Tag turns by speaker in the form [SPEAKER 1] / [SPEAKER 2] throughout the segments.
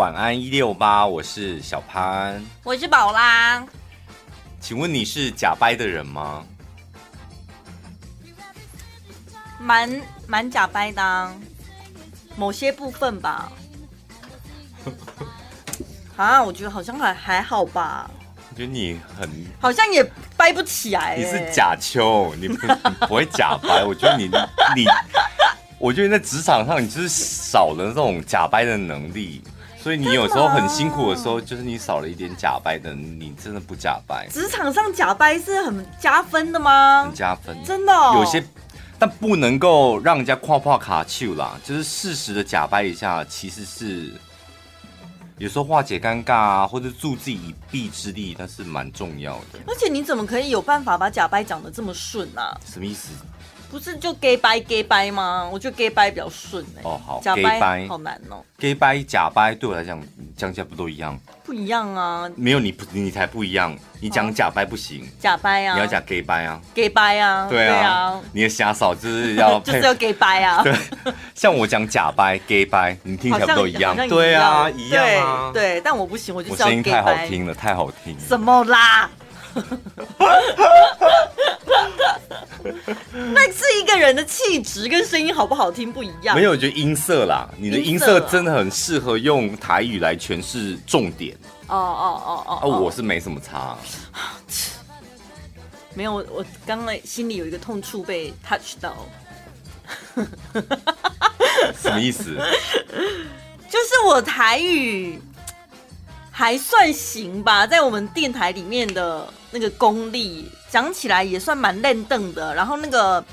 [SPEAKER 1] 晚安168，我是小潘，
[SPEAKER 2] 我是宝拉。
[SPEAKER 1] 请问你是假掰的人吗？
[SPEAKER 2] 蛮假掰的、啊，某些部分吧。啊，我觉得好像还好吧。
[SPEAKER 1] 我觉得你
[SPEAKER 2] 好像也掰不起来、欸。
[SPEAKER 1] 你是假秋，你不会假掰。我觉得你，我觉得在职场上你就是少了那种假掰的能力。所以你有时候很辛苦的时候，就是你少了一点假掰的，你真的不假掰。
[SPEAKER 2] 职场上假掰是很加分的吗？
[SPEAKER 1] 很加分，
[SPEAKER 2] 真的、哦。
[SPEAKER 1] 有些，但不能够让人家夸卡丘啦，就是适时的假掰一下，其实是有时候化解尴尬啊，或者助自己一臂之力，那是蛮重要的。
[SPEAKER 2] 而且你怎么可以有办法把假掰讲得这么顺啊？
[SPEAKER 1] 什么意思？
[SPEAKER 2] 不是就 gay 掰吗？我觉得 gay 掰比较顺哎、欸。
[SPEAKER 1] 哦，好，
[SPEAKER 2] 假掰好难哦。
[SPEAKER 1] gay 掰假掰对我来讲讲起来不都一样？
[SPEAKER 2] 不一样啊。
[SPEAKER 1] 没有你才不一样。你讲假掰不行，
[SPEAKER 2] 假掰啊，
[SPEAKER 1] 你要讲 gay 掰啊
[SPEAKER 2] ，gay 掰啊，
[SPEAKER 1] 对啊，你的瞎嫂就是要
[SPEAKER 2] 就是要 gay 掰啊。
[SPEAKER 1] 对，像我讲假掰 gay 掰，你听起来不都一样？对啊，一样啊。
[SPEAKER 2] 对，但我不行，我就是要 gay 掰。
[SPEAKER 1] 我声音太好听了，太好听了。
[SPEAKER 2] 什么啦？那是一个人的气质跟声音好不好听不一样。
[SPEAKER 1] 没有，我觉得音色啦，你的音色真的很适合用台语来诠释重点。我是没什么差。
[SPEAKER 2] 没有，我刚刚心里有一个痛处被 touch 到。
[SPEAKER 1] 什么意思？
[SPEAKER 2] 就是我台语还算行吧，在我们电台里面的那个功力讲起来也算蛮练邓的，然后那个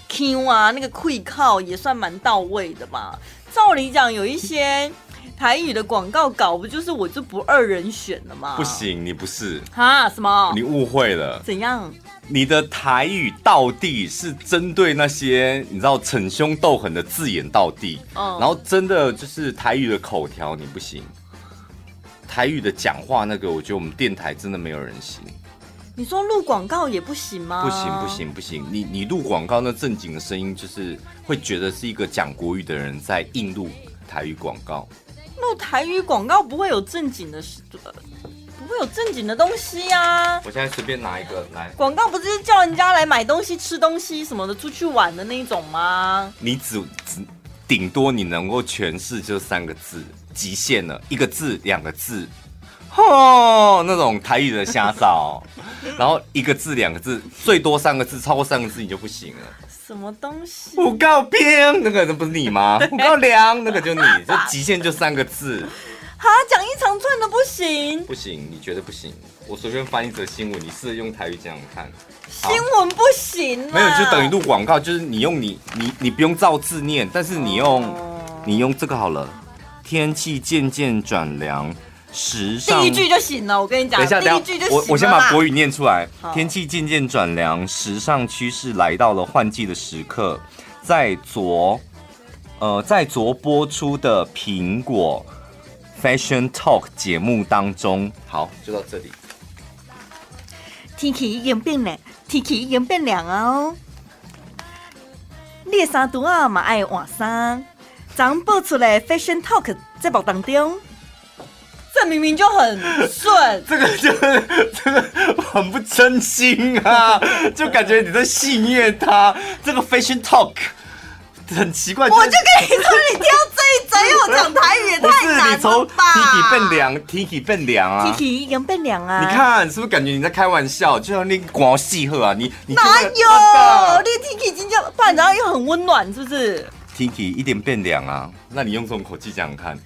[SPEAKER 2] Q 啊，那个会靠也算蛮到位的嘛。照理讲，有一些台语的广告稿，不就是我就不二人选了吗？
[SPEAKER 1] 不行，你不是
[SPEAKER 2] 哈？什么？
[SPEAKER 1] 你误会了？
[SPEAKER 2] 怎样？
[SPEAKER 1] 你的台语道地是针对那些你知道逞凶斗狠的字眼道地，然后真的就是台语的口条你不行。台语的讲话那个，我觉得我们电台真的没有人行。
[SPEAKER 2] 你说录广告也不行吗？
[SPEAKER 1] 不行，你录广告那正经的声音，就是会觉得是一个讲国语的人在硬录台语广告。
[SPEAKER 2] 录台语广告不会有正经的不会有正经的东西啊！
[SPEAKER 1] 我现在随便拿一个来。
[SPEAKER 2] 广告不是叫人家来买东西、吃东西什么的，出去玩的那一种吗？
[SPEAKER 1] 你只顶多你能够诠释就3个字，极限了，1个字、2个字，那种台语的瞎骚，然后1个字、2个字，最多3个字，超过3个字你就不行了。
[SPEAKER 2] 什么东西？
[SPEAKER 1] 虎告兵，那个不是你吗？虎告良，那个就你，就极限就3个字。
[SPEAKER 2] 哈，讲一长串的不行，
[SPEAKER 1] 不行，你觉得不行？我随便翻一则新闻，你试着用台语讲讲看。
[SPEAKER 2] 新闻不行啦，
[SPEAKER 1] 没有就等于录广告，就是你用你不用照字念，但是你用这个好了。天气渐渐转凉，时尚
[SPEAKER 2] 第一句就行了。我跟你讲，
[SPEAKER 1] 等一下，
[SPEAKER 2] 第一句就行了。
[SPEAKER 1] 我先把国语念出来。天气渐渐转凉，时尚趋势来到了换季的时刻。在昨播出的苹果Fashion Talk 节目当中，好，就到这里。
[SPEAKER 2] 天气已经变凉，天气已经变凉哦。你的衫拄仔嘛爱换衫，昨播出的 Fashion Talk 节目当中，这明明就很顺，
[SPEAKER 1] 这个很不真心啊，就感觉你在戏谑他。这个 Fashion Talk。很奇怪，
[SPEAKER 2] 我就跟你说，你挑这一则，因为我讲台语也太难了吧？
[SPEAKER 1] 你从 Tiki 变凉 ，Tiki 变凉啊
[SPEAKER 2] ，Tiki 已经变凉啊！
[SPEAKER 1] 你看是不是感觉你在开玩笑？就像那广戏鹤啊，你
[SPEAKER 2] 哪有？你 Tiki 今天不然然后又很温暖，是不是
[SPEAKER 1] ？Tiki 一点变凉啊？那你用这种口气讲讲看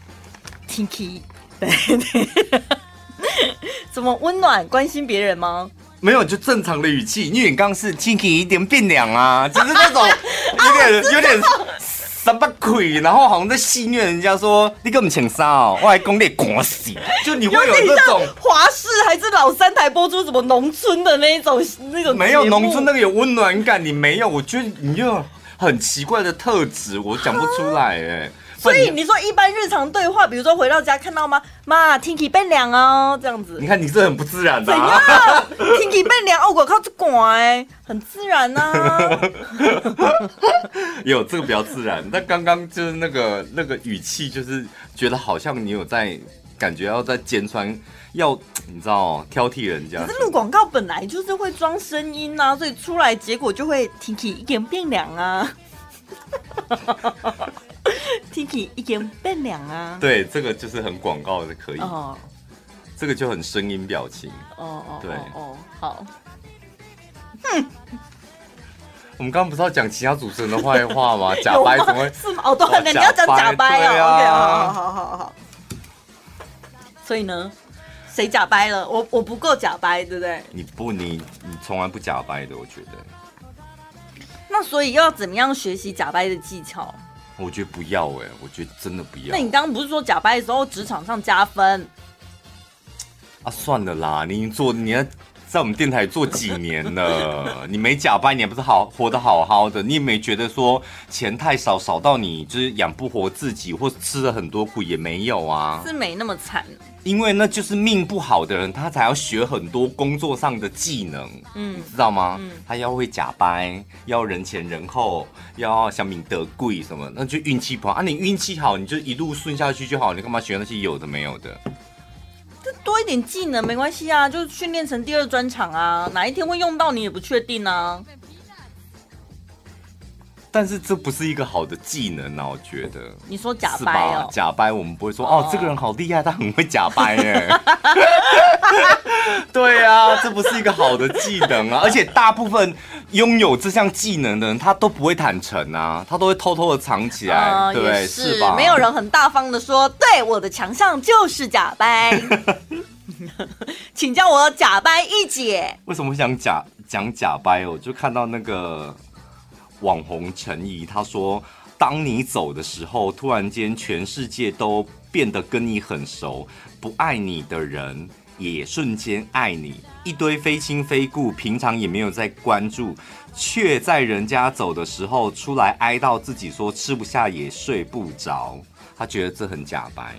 [SPEAKER 2] ，Tiki 对，怎么温暖关心别人吗？
[SPEAKER 1] 没有，就正常的语气，因为你刚刚是 Tiki 一点变凉啊，就是那种有点什么鬼，然后好像在戏谑人家说你根本请杀哦，我还讲你狂死，就你会有那种
[SPEAKER 2] 华视还是老三台播出什么农村的那种
[SPEAKER 1] 没有农村那个有温暖感，你没有，我觉得你就很奇怪的特质，我讲不出来哎。
[SPEAKER 2] 所以你说一般日常对话，比如说回到家看到妈天气变凉哦，这样子。
[SPEAKER 1] 你看你是很不自然的、
[SPEAKER 2] 啊。怎样？天气变凉哦，我靠，这乖，很自然啊。
[SPEAKER 1] 有这个比较自然，但刚刚就是那个语气，就是觉得好像你有在感觉要在尖酸，要你知道挑剔人家。
[SPEAKER 2] 可是录广告本来就是会装声音啊，所以出来结果就会天气一点变凉啊。天气一点变凉啊。
[SPEAKER 1] 对，这个就是很广告的，可以。哦。这个就很声音表情。对。
[SPEAKER 2] 好。
[SPEAKER 1] 我们刚刚不是要讲其他主持人的坏话吗？假掰怎么会？
[SPEAKER 2] 是吗？哦，对，你要讲假掰哦。OK， 好。所以呢，谁假掰了？我不够假掰，对不对？
[SPEAKER 1] 你从来不假掰的，我觉得。
[SPEAKER 2] 那所以要怎么样学习假掰的技巧？
[SPEAKER 1] 我觉得不要我觉得真的不要。
[SPEAKER 2] 那你刚刚不是说假掰的时候职场上加分？
[SPEAKER 1] 啊，算了啦，你要在我们电台做几年了，你没假掰，你还不是活得好好的？你也没觉得说钱太少到你就是养不活自己，或吃了很多苦也没有啊？
[SPEAKER 2] 是没那么惨。
[SPEAKER 1] 因为那就是命不好的人，他才要学很多工作上的技能，你知道吗？他要会假掰，要人前人后，要小敏得贵什么，那就运气不好啊。你运气好，你就一路顺下去就好，你干嘛学那些有的没有的？
[SPEAKER 2] 多一点技能没关系啊，就训练成第二专长啊，哪一天会用到你也不确定啊。
[SPEAKER 1] 但是这不是一个好的技能啊，我觉得。
[SPEAKER 2] 你说假掰哦？
[SPEAKER 1] 假掰我们不会说这个人好厉害，他很会假掰耶。对啊，这不是一个好的技能啊，而且大部分拥有这项技能的人，他都不会坦诚啊，他都会偷偷的藏起来，对不对？是吧？
[SPEAKER 2] 没有人很大方的说，对，我的强项就是假掰。请叫我假掰一姐。
[SPEAKER 1] 为什么想讲假掰？我就看到那个网红陈怡，他说，当你走的时候，突然间全世界都变得跟你很熟，不爱你的人也瞬间爱你，一堆非亲非故，平常也没有在关注，却在人家走的时候出来哀悼自己，说吃不下也睡不着，他觉得这很假掰。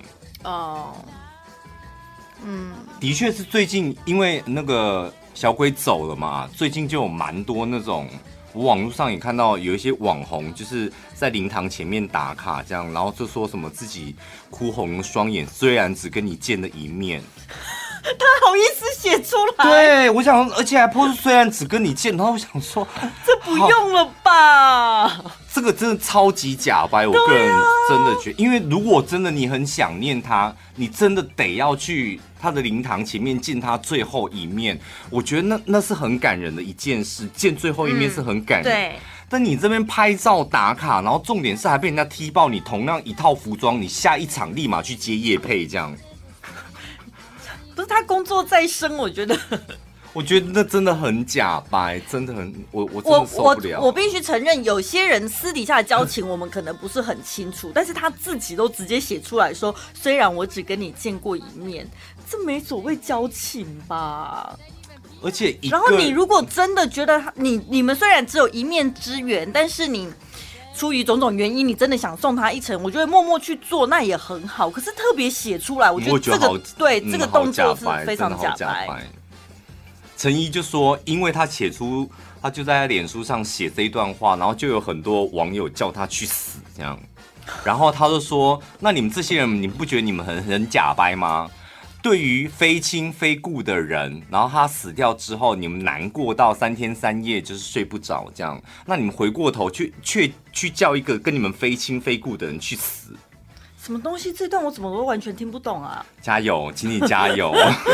[SPEAKER 1] 的确是最近因为那个小鬼走了嘛，最近就有蛮多那种。我网络上也看到有一些网红就是在灵堂前面打卡这样，然后就说什么自己哭红了双眼，虽然只跟你见了一面。
[SPEAKER 2] 他好意思写出来？
[SPEAKER 1] 对，我想，而且还抛出虽然只跟你见，然后我想说，
[SPEAKER 2] 这不用了吧？
[SPEAKER 1] 这个真的超级假掰，我个人真的觉得，因为如果真的你很想念他，你真的得要去他的灵堂前面见他最后一面，我觉得那是很感人的一件事，见最后一面是很感人。
[SPEAKER 2] 对。
[SPEAKER 1] 但你这边拍照打卡，然后重点是还被人家踢爆你同样一套服装，你下一场立马去接业配这样。
[SPEAKER 2] 不是他工作在身，我觉得
[SPEAKER 1] 那真的很假掰，真的很我真的受不了。
[SPEAKER 2] 我必须承认，有些人私底下的交情我们可能不是很清楚，但是他自己都直接写出来说，虽然我只跟你见过一面，这没所谓交情吧。
[SPEAKER 1] 而且
[SPEAKER 2] 然后你如果真的觉得你们虽然只有一面之缘，但是你出于种种原因，你真的想送他一程，我觉得默默去做那也很好。可是特别写出来，我觉得这个这个动作是非常假掰。
[SPEAKER 1] 陈怡就说，因为他他就在脸书上写这一段话，然后就有很多网友叫他去死这样。然后他就说，那你们这些人，你不觉得你们很假掰吗？对于非亲非故的人，然后他死掉之后，你们难过到3天3夜就是睡不着这样，那你们回过头去叫一个跟你们非亲非故的人去死，
[SPEAKER 2] 什么东西？这段我怎么都完全听不懂啊！
[SPEAKER 1] 加油，请你加油！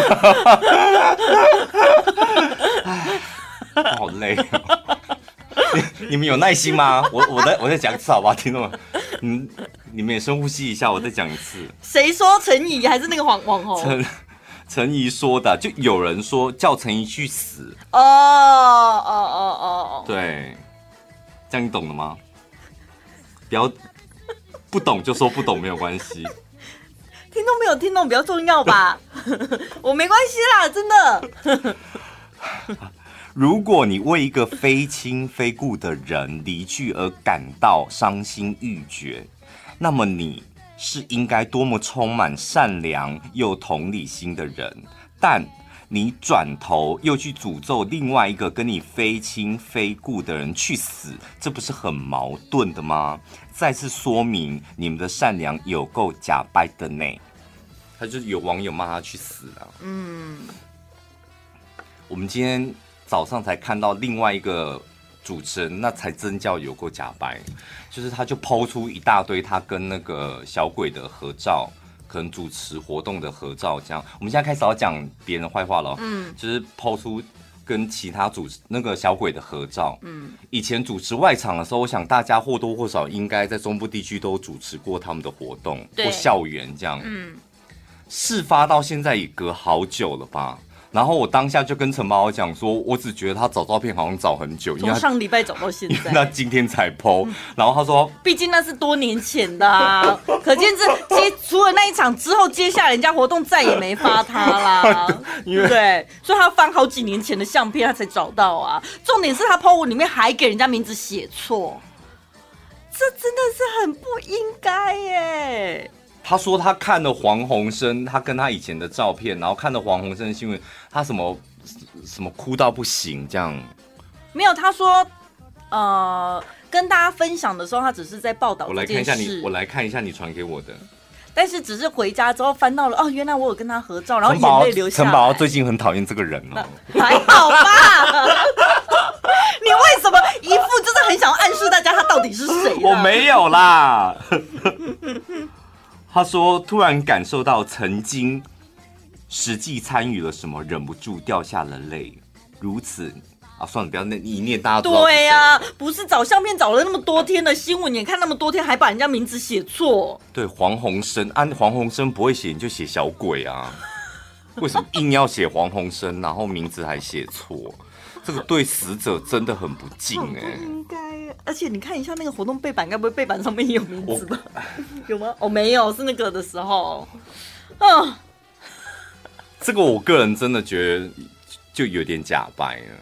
[SPEAKER 1] 好累哦。你们有耐心吗？我再讲一次好不好？听众们，你们也深呼吸一下，我再讲一次。
[SPEAKER 2] 谁说陈怡还是那个网红？
[SPEAKER 1] 陈怡说的，就有人说叫陈怡去死。对，这样你懂了吗？不懂就说不懂，没有关系。
[SPEAKER 2] 听懂没有听懂比较重要吧？我没关系啦，真的。
[SPEAKER 1] 如果你为一个非亲非故的人离去而感到伤心欲绝， 那么你是应该多么充满善良又同理心的人，但你转头又去诅咒另外一个跟你非亲非故的人去死，这不是很矛盾的吗？再次说明你们的善良有够假掰的呢。他就有网友骂他去死了。我们今天早上才看到另外一个主持人，那才真叫有够假掰，就是他就抛出一大堆他跟那个小鬼的合照。可能主持活动的合照这样，我们现在开始要讲别人坏话了。就是抛出跟其他那个小鬼的合照。以前主持外场的时候，我想大家或多或少应该在中部地区都主持过他们的活动或校园这样。事发到现在也隔好久了吧？然后我当下就跟陈宝讲说，我只觉得他找照片好像找很久，
[SPEAKER 2] 从上礼拜找到现在，
[SPEAKER 1] 那今天才 po。然后他说，
[SPEAKER 2] 毕竟那是多年前的啊，可见除了那一场之后，接下来人家活动再也没发他啦，对，所以他翻好几年前的相片，他才找到啊。重点是他 po 文里面还给人家名字写错，这真的是很不应该耶。
[SPEAKER 1] 他说他看了黄鸿升，他跟他以前的照片，然后看了黄鸿升的新闻，他什么哭到不行这样。
[SPEAKER 2] 没有，他说跟大家分享的时候，他只是在报道这件事。
[SPEAKER 1] 我来看一下你传给我的。
[SPEAKER 2] 但是只是回家之后翻到了，原来我有跟他合照，然后眼泪流下来。
[SPEAKER 1] 陈宝最近很讨厌这个人哦。
[SPEAKER 2] 还好吧？你为什么一副就是很想要暗示大家他到底是谁？
[SPEAKER 1] 我没有啦。他说突然感受到曾经实际参与了什么，忍不住掉下了泪。如此算了，不要一念大家都知道。
[SPEAKER 2] 对呀，不是找相片找了那么多天的新闻，也看那么多天，还把人家名字写错。
[SPEAKER 1] 对，黄鸿升，黄鸿升不会写你就写小鬼啊，为什么硬要写黄鸿升，然后名字还写错？这个对死者真的很不敬哎。
[SPEAKER 2] 不应该，而且你看一下那个活动背板，该不会背板上面也有名字吧？有吗？没有，是那个的时候。
[SPEAKER 1] 这个我个人真的觉得就有点假掰了，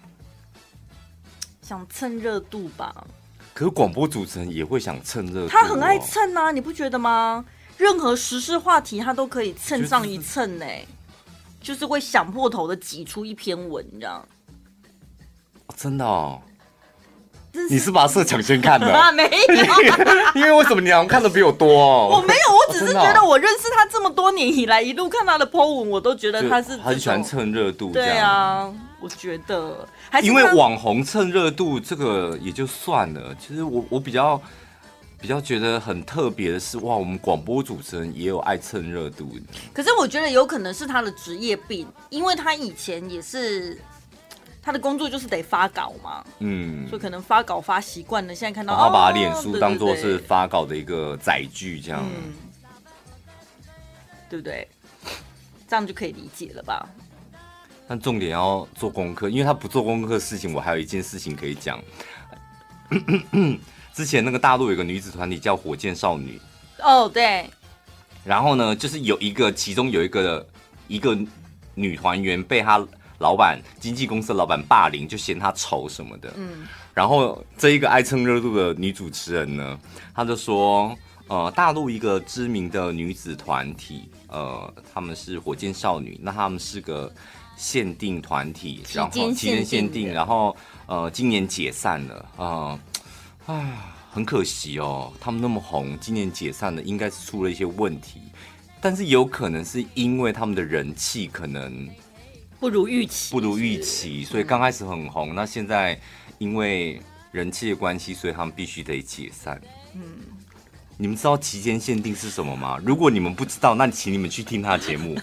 [SPEAKER 2] 想蹭热度吧。
[SPEAKER 1] 可是广播主持人也会想蹭热度，
[SPEAKER 2] 他很爱蹭啊，你不觉得吗？任何时事话题他都可以蹭上一蹭就是会想破头的挤出一篇文这样。
[SPEAKER 1] 真的哦，你是把社抢先看的？
[SPEAKER 2] 没有，
[SPEAKER 1] 因为为什么你好像看的比我多哦？
[SPEAKER 2] 我没有，我只是觉得我认识他这么多年以来，一路看他的 po 文，我都觉得他是
[SPEAKER 1] 很喜欢蹭热度。
[SPEAKER 2] 对啊，我觉得还是
[SPEAKER 1] 因为网红蹭热度这个也就算了，其实我比较觉得很特别的是，哇，我们广播主持人也有爱蹭热度的。
[SPEAKER 2] 可是我觉得有可能是他的职业病，因为他以前也是。他的工作就是得发稿嘛，所以可能发稿发习惯了，现在看到
[SPEAKER 1] 他把脸书当作是发稿的一个载具，这样，
[SPEAKER 2] 对不对？这样就可以理解了吧？
[SPEAKER 1] 但重点要做功课，因为他不做功课的事情，我还有一件事情可以讲。之前那个大陆有个女子团体叫火箭少女，
[SPEAKER 2] 对，
[SPEAKER 1] 然后呢，就是其中有一个女团员被她经纪公司的老板霸凌，就嫌她丑什么的。然后这一个爱蹭热度的女主持人呢，她就说，大陆一个知名的女子团体，他们是火箭少女，那他们是个限定团体，然后期间限定，然后今年解散了，很可惜哦，他们那么红，今年解散了，应该是出了一些问题，但是有可能是因为他们的人气可能。
[SPEAKER 2] 不如预期，
[SPEAKER 1] 所以刚开始很红，那现在因为人气的关系，所以他们必须得解散。你们知道期间限定是什么吗？如果你们不知道，那请你们去听他的节目。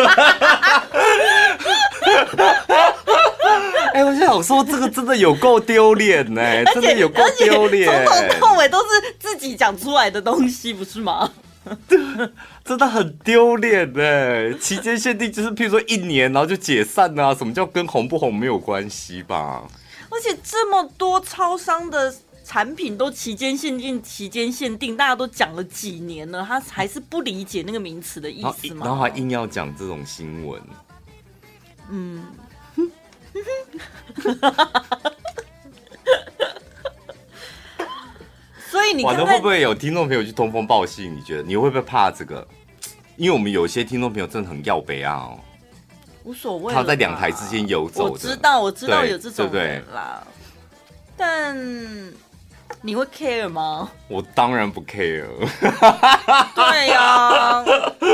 [SPEAKER 1] 我想说，这个真的有够丢脸呢，真的有够丢脸，
[SPEAKER 2] 从头到尾都是自己讲出来的东西，不是吗？
[SPEAKER 1] 真的很丢脸呢！期间限定就是譬如说1年，然后就解散啊？什么叫跟红不红没有关系吧？
[SPEAKER 2] 而且这么多超商的产品都期间限定，大家都讲了几年了，他还是不理解那个名词的意思吗？
[SPEAKER 1] 然后还硬要讲这种新闻。
[SPEAKER 2] 所所以你看看
[SPEAKER 1] 会不会有听众朋友去通风报信？你觉得你会不会怕这个？因为我们有些听众朋友真的很要北啊哦，
[SPEAKER 2] 无所谓，
[SPEAKER 1] 他在2台之间游走的。
[SPEAKER 2] 我知道有这种人啦，但你会 care 吗？
[SPEAKER 1] 我当然不 care。
[SPEAKER 2] 对呀，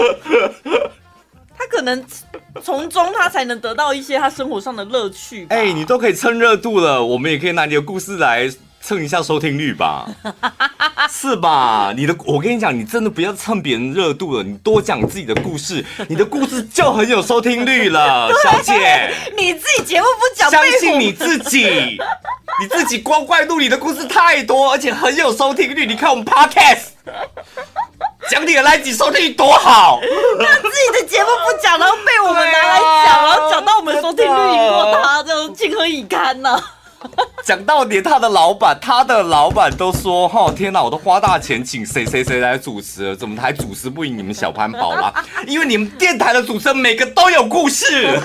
[SPEAKER 2] 他可能从中他才能得到一些他生活上的乐趣。
[SPEAKER 1] 你都可以蹭热度了，我们也可以拿你的故事来蹭一下收听率吧，是吧？我跟你讲，你真的不要蹭别人热度了，你多讲自己的故事，你的故事就很有收听率了，小姐。
[SPEAKER 2] 你自己节目不讲，
[SPEAKER 1] 相信你自己，你自己光怪陆离的故事太多，而且很有收听率。你看我们 podcast， 讲你的那一集收听率多好。
[SPEAKER 2] 他自己的节目不讲，然后被我们拿来讲，然后讲到我们收听率赢过他，这种情何以堪呢？
[SPEAKER 1] 讲到连他的老板都说：“天哪，我都花大钱请谁来主持了，怎么还主持不赢你们小潘宝拉？因为你们电台的主持人每个都有故事。”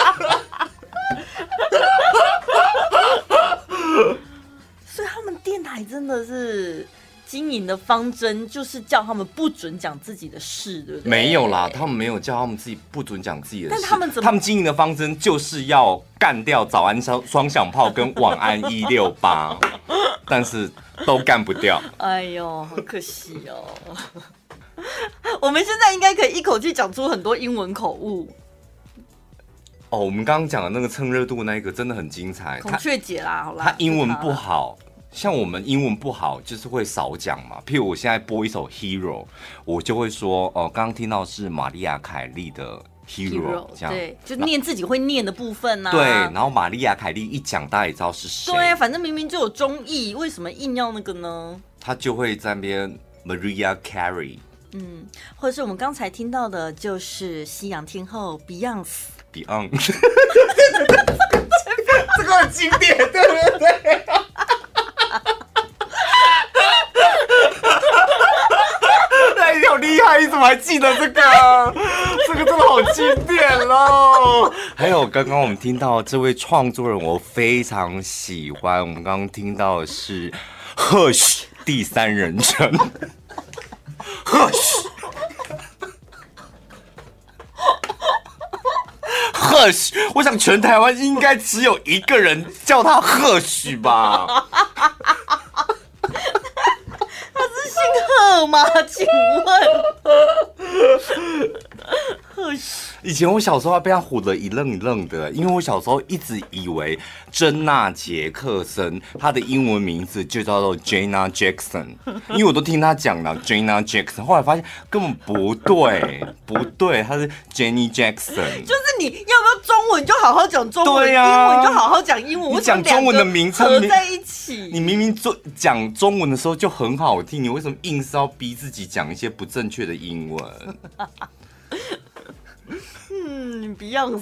[SPEAKER 2] 所以他们电台真的是经营的方针，就是叫他们不准讲自己的事，对不对？
[SPEAKER 1] 没有啦，他们没有叫他们自己不准讲自己的事。
[SPEAKER 2] 但他们
[SPEAKER 1] 经营的方针就是要干掉早安双响炮跟晚安168，但是都干不掉。
[SPEAKER 2] 哎呦，好可惜哦！我们现在应该可以一口气讲出很多英文口误。
[SPEAKER 1] 我们刚刚讲的那个蹭热度那一个真的很精彩。
[SPEAKER 2] 孔雀姐啦，好啦，
[SPEAKER 1] 他英文不好。像我们英文不好，就是会少讲嘛。譬如我现在播一首 Hero， 我就会说，刚刚听到是玛丽亚凯莉的 Hero， 这样，
[SPEAKER 2] 对，就念自己会念的部分啊。
[SPEAKER 1] 对，然后玛丽亚凯莉一讲，大家也知道是谁。
[SPEAKER 2] 对啊，反正明明就有中译，为什么硬要那个呢？
[SPEAKER 1] 他就会在那边 Mariah Carey，
[SPEAKER 2] 或者是我们刚才听到的，就是西洋天后 Beyonce。
[SPEAKER 1] 这个很经典，对不对？你好厉害，你怎么还记得这个？这个真的好经典喽！还有刚刚我们听到这位创作人，我非常喜欢。我们刚刚听到的是 Hush 第3人称 ，Hush。Hush， 我想全台湾应该只有一个人叫他 Hush 吧。
[SPEAKER 2] 他是姓贺吗？请问？Hush。
[SPEAKER 1] 以前我小时候被他唬得一愣一愣的，因为我小时候一直以为珍娜杰克森他的英文名字就叫做 Jenna Jackson， 因为我都听他讲了 Jenna Jackson， 后来发现根本不对，他是 Jenny Jackson。
[SPEAKER 2] 就是你要不要中文就好好讲中文，
[SPEAKER 1] 对啊，
[SPEAKER 2] 英文就好好讲英文。
[SPEAKER 1] 你讲中文的名称
[SPEAKER 2] 合在一起，
[SPEAKER 1] 你明明讲中文的时候就很好听，你为什么硬是要逼自己讲一些不正确的英文
[SPEAKER 2] Beyonce。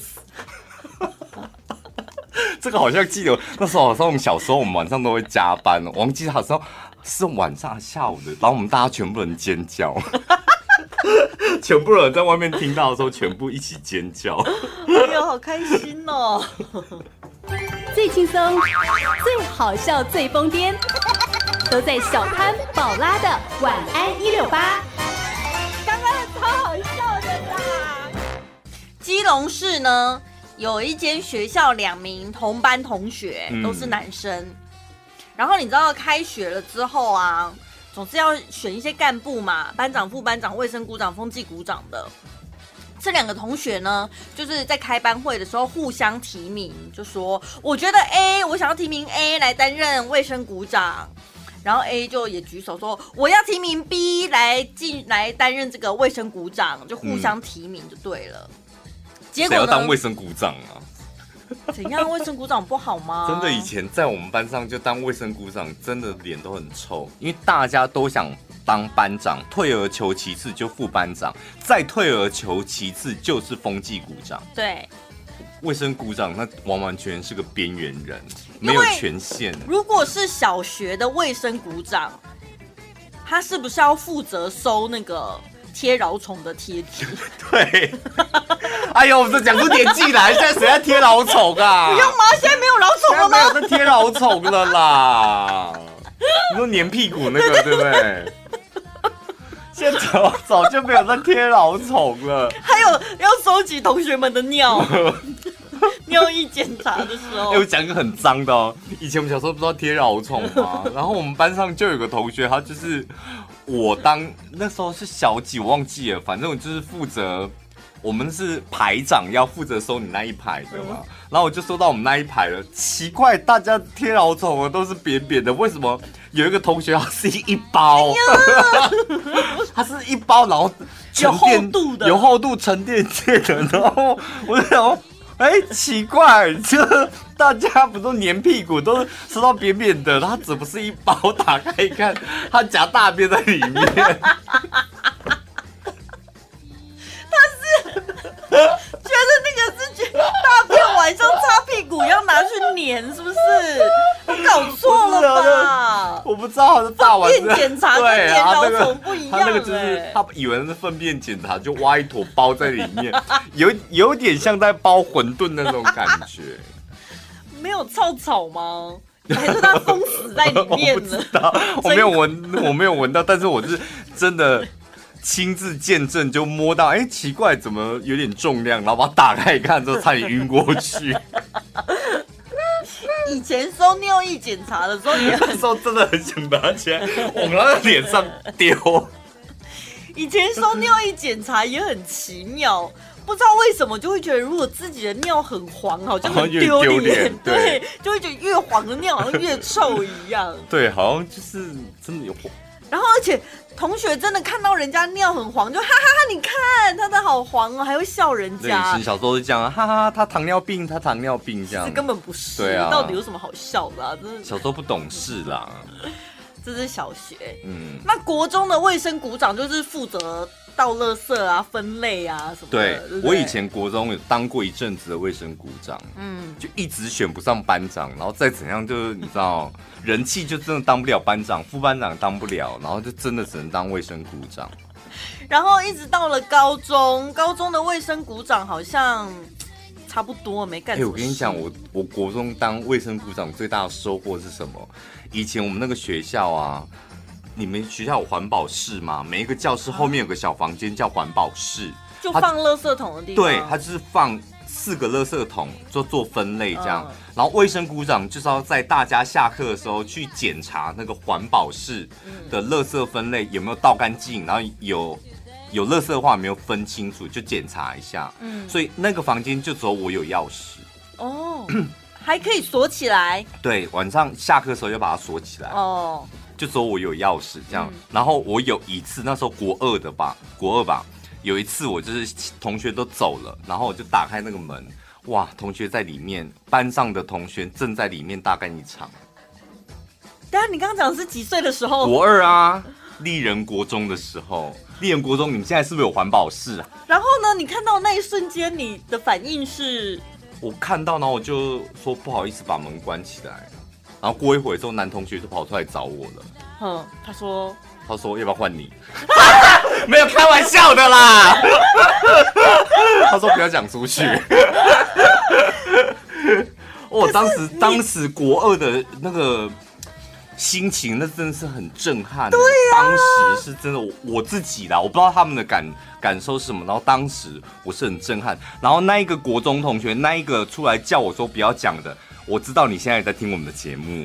[SPEAKER 1] 这个好像记得那时候，好像我们小时候，我们晚上都会加班，我忘记好像是晚上下午的，然后我们大家全部人尖叫，全部人在外面听到的时候，全部一起尖叫。
[SPEAKER 2] 哎呦，好开心哦！
[SPEAKER 3] 最轻松、最好笑、最疯癫，都在小潘宝拉的晚安168。
[SPEAKER 2] 刚刚超好笑的啦！基隆市呢有一间学校，2名同班同学都是男生，然后你知道开学了之后啊，总是要选一些干部嘛，班长、副班长、卫生股长、风纪股长的。这2个同学呢，就是在开班会的时候互相提名，就说我觉得 A， 我想要提名 A 来担任卫生股长，然后 A 就也举手说我要提名 B 来担任这个卫生股长，就互相提名就对了。结果呢？
[SPEAKER 1] 谁要当卫生股长啊？
[SPEAKER 2] 怎样？卫生股长不好吗？
[SPEAKER 1] 真的，以前在我们班上就当卫生股长，真的脸都很臭，因为大家都想当班长，退而求其次就副班长，再退而求其次就是风纪股长。
[SPEAKER 2] 对，
[SPEAKER 1] 卫生股长那完完全全是个边缘人，没有权限。
[SPEAKER 2] 如果是小学的卫生股长，他是不是要负责收那个贴蛲虫的贴纸？
[SPEAKER 1] 对，哎呦，我这讲出年纪来，现在谁在贴蛲虫啊？
[SPEAKER 2] 不用吗？现在没有蛲虫了吗？
[SPEAKER 1] 现在没有在贴蛲虫了啦。 你说粘屁股那个对不对？现在早就没有在贴老虫了。
[SPEAKER 2] 还有要收集同学们的尿，尿液检查的时候。
[SPEAKER 1] 我讲一个很脏的哦，以前我们小时候不知道贴老虫吗？然后我们班上就有个同学，他就是那时候是小几我忘记了，反正我就是负责。我们是排长，要负责收你那一排的嘛，然后我就收到我们那一排了。奇怪，大家贴老虫的都是扁扁的，为什么有一个同学他是一包？他是一包，然后
[SPEAKER 2] 有厚度的，
[SPEAKER 1] 有厚度沉甸甸的，然后我就想，奇怪，这大家不都粘屁股，都吃到扁扁的，他怎么是一包？打开一看，他夹大便在里面。
[SPEAKER 2] 觉得那个是大便晚上擦屁股要拿去粘，是不是？搞错了吧？
[SPEAKER 1] 我不知道他是大晚
[SPEAKER 2] 粪便检查跟粘老虫不一样。
[SPEAKER 1] 他那个就是他以为是粪便检查，就挖一坨包在里面，有点像在包馄饨那种感觉。
[SPEAKER 2] 没有臭草吗？还是他封死在里面了？
[SPEAKER 1] 我不知道，我没有闻到，但是我是真的。亲自见证就摸到，奇怪，怎么有点重量？然后把它打开一看，之后差点晕过去。
[SPEAKER 2] 以前收尿液检查的时候
[SPEAKER 1] 那时候真的很想拿起来往他的脸上丢。
[SPEAKER 2] 以前收尿液检查也很奇妙，不知道为什么就会觉得，如果自己的尿很黄，好像很丢脸，对，就会觉得越黄的尿好像越臭一样。
[SPEAKER 1] 对，好像就是真的有。
[SPEAKER 2] 然后，而且同学真的看到人家尿很黄，就哈哈哈，你看他的好黄哦，还会笑人家。
[SPEAKER 1] 以前小时候是这样，哈哈，他糖尿病这样。
[SPEAKER 2] 根本不是，
[SPEAKER 1] 对啊，
[SPEAKER 2] 到底有什么好笑的啊？真是
[SPEAKER 1] 小时候不懂事啦。
[SPEAKER 2] 这是小学，那国中的卫生股长就是负责倒垃圾啊、分类啊什么的。
[SPEAKER 1] 对，
[SPEAKER 2] 对不对？
[SPEAKER 1] 我以前国中有当过一阵子的卫生股长，就一直选不上班长，然后再怎样就是你知道，人气就真的当不了班长，副班长当不了，然后就真的只能当卫生股长。
[SPEAKER 2] 然后一直到了高中的卫生股长好像差不多没干什么事。
[SPEAKER 1] 我跟你讲，我国中当卫生股长最大的收获是什么？以前我们那个学校啊，你们学校有环保室吗？每一个教室后面有个小房间叫环保室，
[SPEAKER 2] 就放垃圾桶的地方。
[SPEAKER 1] 对，它就是放4个垃圾桶，就做分类这样。然后卫生股长就是要在大家下课的时候去检查那个环保室的垃圾分类有没有倒干净，然后有垃圾的话有没有分清楚，就检查一下。所以那个房间就只有我有钥匙。哦。
[SPEAKER 2] 还可以锁起来，
[SPEAKER 1] 对，晚上下课的时候要把它锁起来。哦，就只有我有钥匙这样。然后我有一次，那时候国二吧，有一次我就是同学都走了，然后我就打开那个门，哇，同学在里面，班上的同学正在里面大干一场。
[SPEAKER 2] 等下你刚刚讲的是几岁的时候？
[SPEAKER 1] 国二啊，立人国中的时候。立人国中，你们现在是不是有环保室啊？
[SPEAKER 2] 然后呢，你看到那一瞬间，你的反应是？
[SPEAKER 1] 我看到，然后我就说不好意思把门关起来，然后过一会之后，男同学就跑出来找我了。
[SPEAKER 2] 他说
[SPEAKER 1] 要不要换你？没有开玩笑的啦。他说不要讲出去。当时国二的那个心情，那真的是很震撼。对啊，当时是真的我自己啦，我不知道他们的感受是什么。然后当时我是很震撼。然后那一个国中同学，那一个出来叫我说不要讲的，我知道你现在在听我们的节目。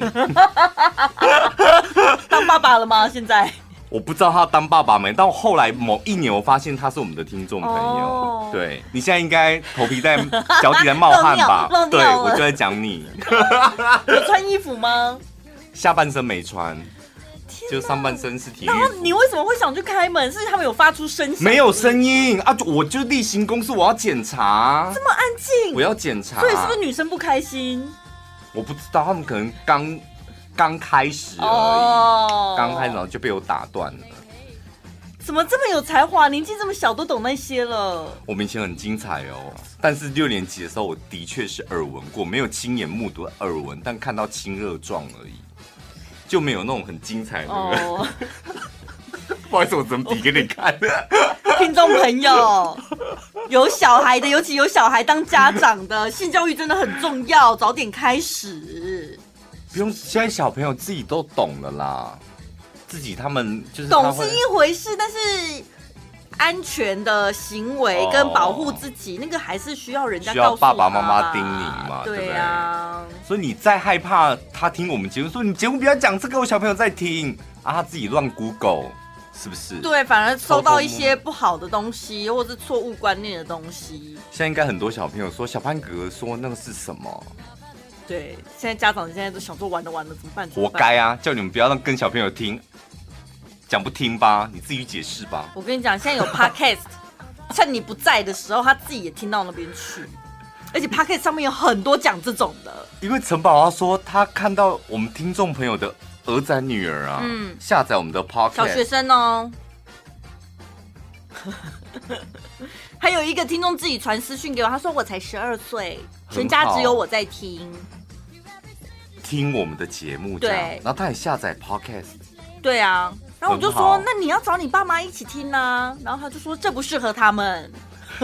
[SPEAKER 2] 当爸爸了吗？现在
[SPEAKER 1] 我不知道他当爸爸没，但后来某一年我发现他是我们的听众朋友。对，你现在应该头皮在脚底在冒汗吧？对，我就在讲你。
[SPEAKER 2] 有穿衣服吗？
[SPEAKER 1] 下半身没穿，就上半身是体育服。
[SPEAKER 2] 然后你为什么会想去开门？是他们有发出声响？
[SPEAKER 1] 没有声音啊！我就例行公事，我要检查。
[SPEAKER 2] 这么安静，
[SPEAKER 1] 我要检查。
[SPEAKER 2] 所以是不是女生不开心？
[SPEAKER 1] 我不知道，他们可能刚开始而已，刚开始然后就被我打断了。
[SPEAKER 2] 怎么这么有才华？年纪这么小都懂那些了。
[SPEAKER 1] 我们以前很精彩哦，但是6年级的时候，我的确是耳闻过，没有亲眼目睹耳闻，但看到亲热状而已。就没有那种很精彩的那个。不好意思，我怎么比给你看？
[SPEAKER 2] 听众朋友，有小孩的，尤其有小孩当家长的，性教育真的很重要，早点开始。
[SPEAKER 1] 不用，现在小朋友自己都懂了啦，自己他们就是
[SPEAKER 2] 懂是一回事，但是安全的行为跟保护自己，那个还是需要人家告诉他，
[SPEAKER 1] 需要爸爸妈妈叮咛嘛，
[SPEAKER 2] 对啊。
[SPEAKER 1] 所以你再害怕他听我们节目，说你节目不要讲这个，我小朋友在听啊，他自己乱 Google， 是不是？
[SPEAKER 2] 对，反而收到一些不好的东西，或是错误观念的东西。
[SPEAKER 1] 现在应该很多小朋友说，小潘哥哥说那个是什么？
[SPEAKER 2] 对，现在家长现在都想说完了怎么办？
[SPEAKER 1] 活该啊！叫你们不要跟小朋友听，讲不听吧，你自己解释吧。
[SPEAKER 2] 我跟你讲，现在有 podcast， 趁你不在的时候，他自己也听到那边去，而且 podcast 上面有很多讲这种的。
[SPEAKER 1] 因为陈宝他说他看到我们听众朋友的儿子女儿啊，下载我们的 podcast，
[SPEAKER 2] 小学生哦。还有一个听众自己传私讯给我，他说我才12岁，全家只有我在听
[SPEAKER 1] 我们的节目，这样，然后他也下载 podcast。
[SPEAKER 2] 对啊，然后我就说，那你要找你爸妈一起听啊，然后他就说这不适合他们。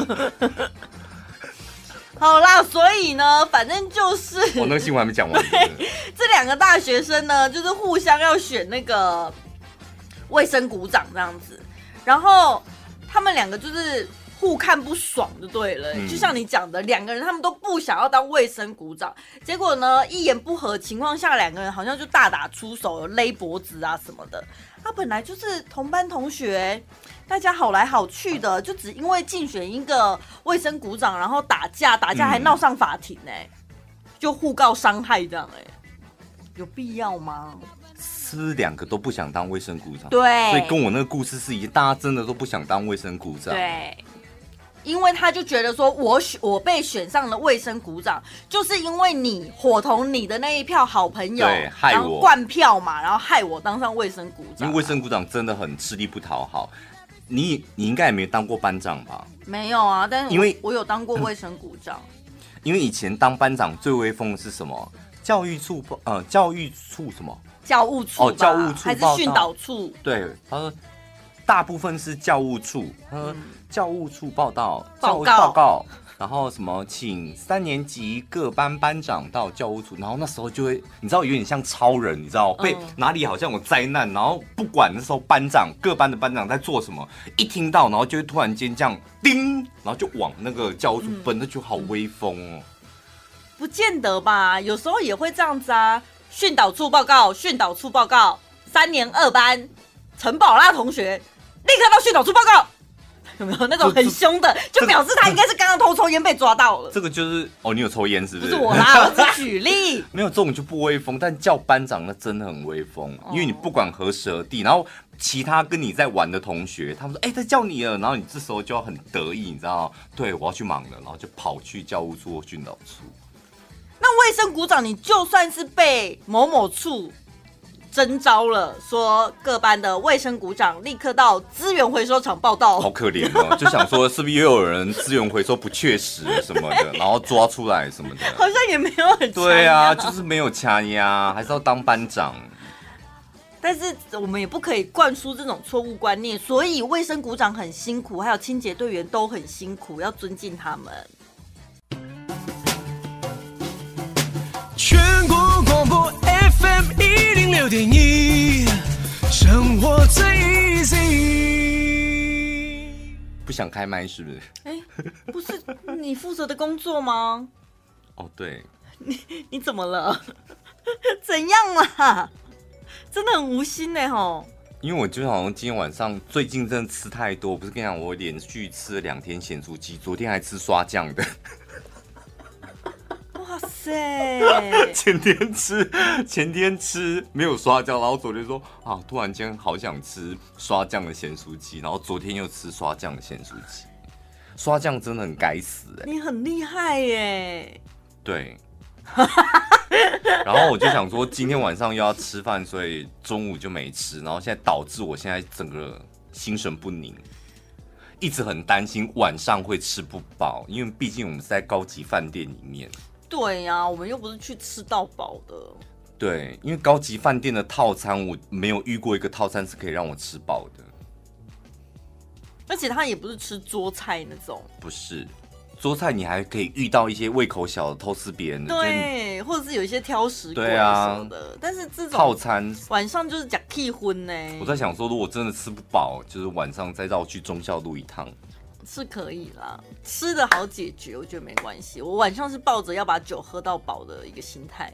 [SPEAKER 2] 好啦，所以呢，反正就是
[SPEAKER 1] 我那个新闻还没讲完。
[SPEAKER 2] 这两个大学生呢，就是互相要选那个卫生股长这样子，然后他们两个就是互看不爽就对了，就像你讲的，两个人他们都不想要当卫生股长，结果呢，一言不合情况下，两个人好像就大打出手，勒脖子啊什么的。他本来就是同班同学，大家好来好去的，就只因为竞选一个卫生股长，然后打架还闹上法庭就互告伤害这样有必要吗？
[SPEAKER 1] 是两个都不想当卫生股长，
[SPEAKER 2] 对，
[SPEAKER 1] 所以跟我那个故事是一样，大家真的都不想当卫生股长，
[SPEAKER 2] 对。因为他就觉得说我被选上了卫生股长，就是因为你伙同你的那一票好朋友，
[SPEAKER 1] 对，害我，
[SPEAKER 2] 然后灌票嘛，然后害我当上卫生股长。
[SPEAKER 1] 因为卫生股长真的很吃力不讨好。你应该也没当过班长吧？
[SPEAKER 2] 没有啊，但是
[SPEAKER 1] 因为
[SPEAKER 2] 我有当过卫生股长。
[SPEAKER 1] 因为以前当班长最威风的是什么？教育处什么？
[SPEAKER 2] 教务处
[SPEAKER 1] 哦，教务处
[SPEAKER 2] 还是训导处？
[SPEAKER 1] 对，他说大部分是教务处，教务处报告，然后什么请3年级各班班长到教务处，然后那时候就会你知道有点像超人，你知道被哪里好像有灾难，然后不管那时候各班的班长在做什么，一听到然后就会突然间这样叮，然后就往那个教务处奔，那就好威风哦。
[SPEAKER 2] 不见得吧，有时候也会这样子啊。训导处报告，3年2班陈宝拉同学立刻到训导处报告。有没有那种很凶的，就表示他应该是刚刚偷抽烟被抓到了。
[SPEAKER 1] 这个就是你有抽烟是不是？
[SPEAKER 2] 不是我啦，我只举例。
[SPEAKER 1] 没有这种就不威风，但叫班长那真的很威风，因为你不管何时何地，然后其他跟你在玩的同学，他们说他叫你了，然后你这时候就要很得意，你知道吗？对，我要去忙了，然后就跑去教务处或训导处。
[SPEAKER 2] 那卫生股长，你就算是被某某处征召了，说各班的卫生股长立刻到资源回收厂报到，
[SPEAKER 1] 好可怜哦！就想说是不是又有人资源回收不确实什么的，然后抓出来什么的，
[SPEAKER 2] 好像也没有很
[SPEAKER 1] 对啊，就是没有掐压，还是要当班长。
[SPEAKER 2] 但是我们也不可以灌输这种错误观念，所以卫生股长很辛苦，还有清洁队员都很辛苦，要尊敬他们。
[SPEAKER 4] 全国广播 FM 106.1，生活最 easy。
[SPEAKER 1] 不想开麦是不是？
[SPEAKER 2] 不是你负责的工作吗？
[SPEAKER 1] 哦，对。
[SPEAKER 2] 你怎么了？怎样啦？真的很无心吼。
[SPEAKER 1] 因为我就好像今天晚上最近真的吃太多，不是跟你讲我连续吃了2天咸酥鸡，昨天还吃刷酱的。
[SPEAKER 2] 哇塞！
[SPEAKER 1] 前天吃没有刷酱，然后昨天说突然间好想吃刷酱的咸酥鸡，然后昨天又吃刷酱的咸酥鸡。刷酱真的很该死
[SPEAKER 2] 你很厉害耶。
[SPEAKER 1] 对。然后我就想说今天晚上又要吃饭，所以中午就没吃，然后现在导致我现在整个心神不宁，一直很担心晚上会吃不饱，因为毕竟我们是在高级饭店里面。
[SPEAKER 2] 对呀，我们又不是去吃到饱的。
[SPEAKER 1] 对，因为高级饭店的套餐我没有遇过一个套餐是可以让我吃饱的，
[SPEAKER 2] 而且他也不是吃桌菜那种，
[SPEAKER 1] 不是， 桌菜你还可以遇到一些胃口小的偷吃别人的，
[SPEAKER 2] 对，或者是有一些挑食鬼
[SPEAKER 1] 对啊
[SPEAKER 2] 什么的。但是这种
[SPEAKER 1] 套餐
[SPEAKER 2] 晚上就是讲屁荤呢。
[SPEAKER 1] 我在想说，如果真的吃不饱，就是晚上再绕去忠孝路一趟。
[SPEAKER 2] 是可以啦，吃的好解决，我觉得没关系。我晚上是抱着要把酒喝到饱的一个心态。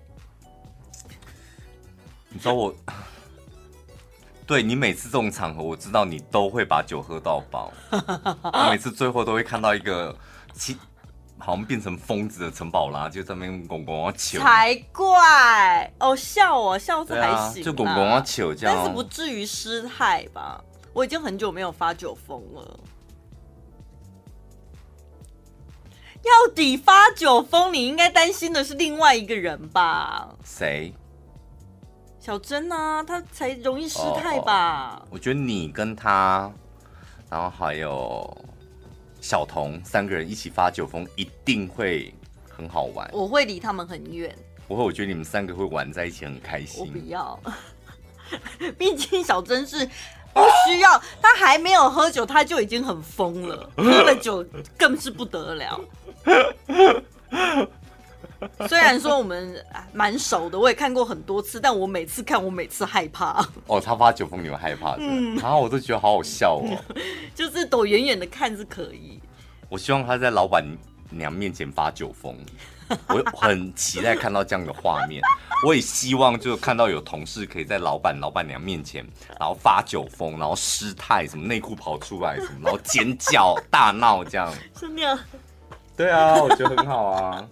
[SPEAKER 1] 你知道我，对你每次这种场合，我知道你都会把酒喝到饱。我每次最后都会看到一个好像变成疯子的陈宝拉，就在那边拱拱啊求，
[SPEAKER 2] 才怪哦，笑哦，笑是还行啦，
[SPEAKER 1] 就拱拱啊求这样，
[SPEAKER 2] 但是不至于失态吧？我已经很久没有发酒疯了。要抵发酒疯，你应该担心的是另外一个人吧？
[SPEAKER 1] 谁？
[SPEAKER 2] 小珍啊，她才容易失态吧？
[SPEAKER 1] 我觉得你跟他，然后还有小童3个人一起发酒疯，一定会很好玩。
[SPEAKER 2] 我会离他们很远。
[SPEAKER 1] 我觉得你们3个会玩在一起很开心。
[SPEAKER 2] 我不要，毕竟小珍是不需要，他还没有喝酒，他就已经很疯了，喝了酒更是不得了。虽然说我们蛮熟的，我也看过很多次，但我每次看，我每次害怕。
[SPEAKER 1] 哦，他发酒疯你们害怕的，然后我都觉得好好笑哦。
[SPEAKER 2] 就是躲远远的看是可以。
[SPEAKER 1] 我希望他在老板娘面前发酒疯，我很期待看到这样的画面。我也希望就看到有同事可以在老板娘面前，然后发酒疯，然后失态，什么内裤跑出来什么，然后尖叫大闹这样。
[SPEAKER 2] 是那样。
[SPEAKER 1] 对啊，我觉得很好啊。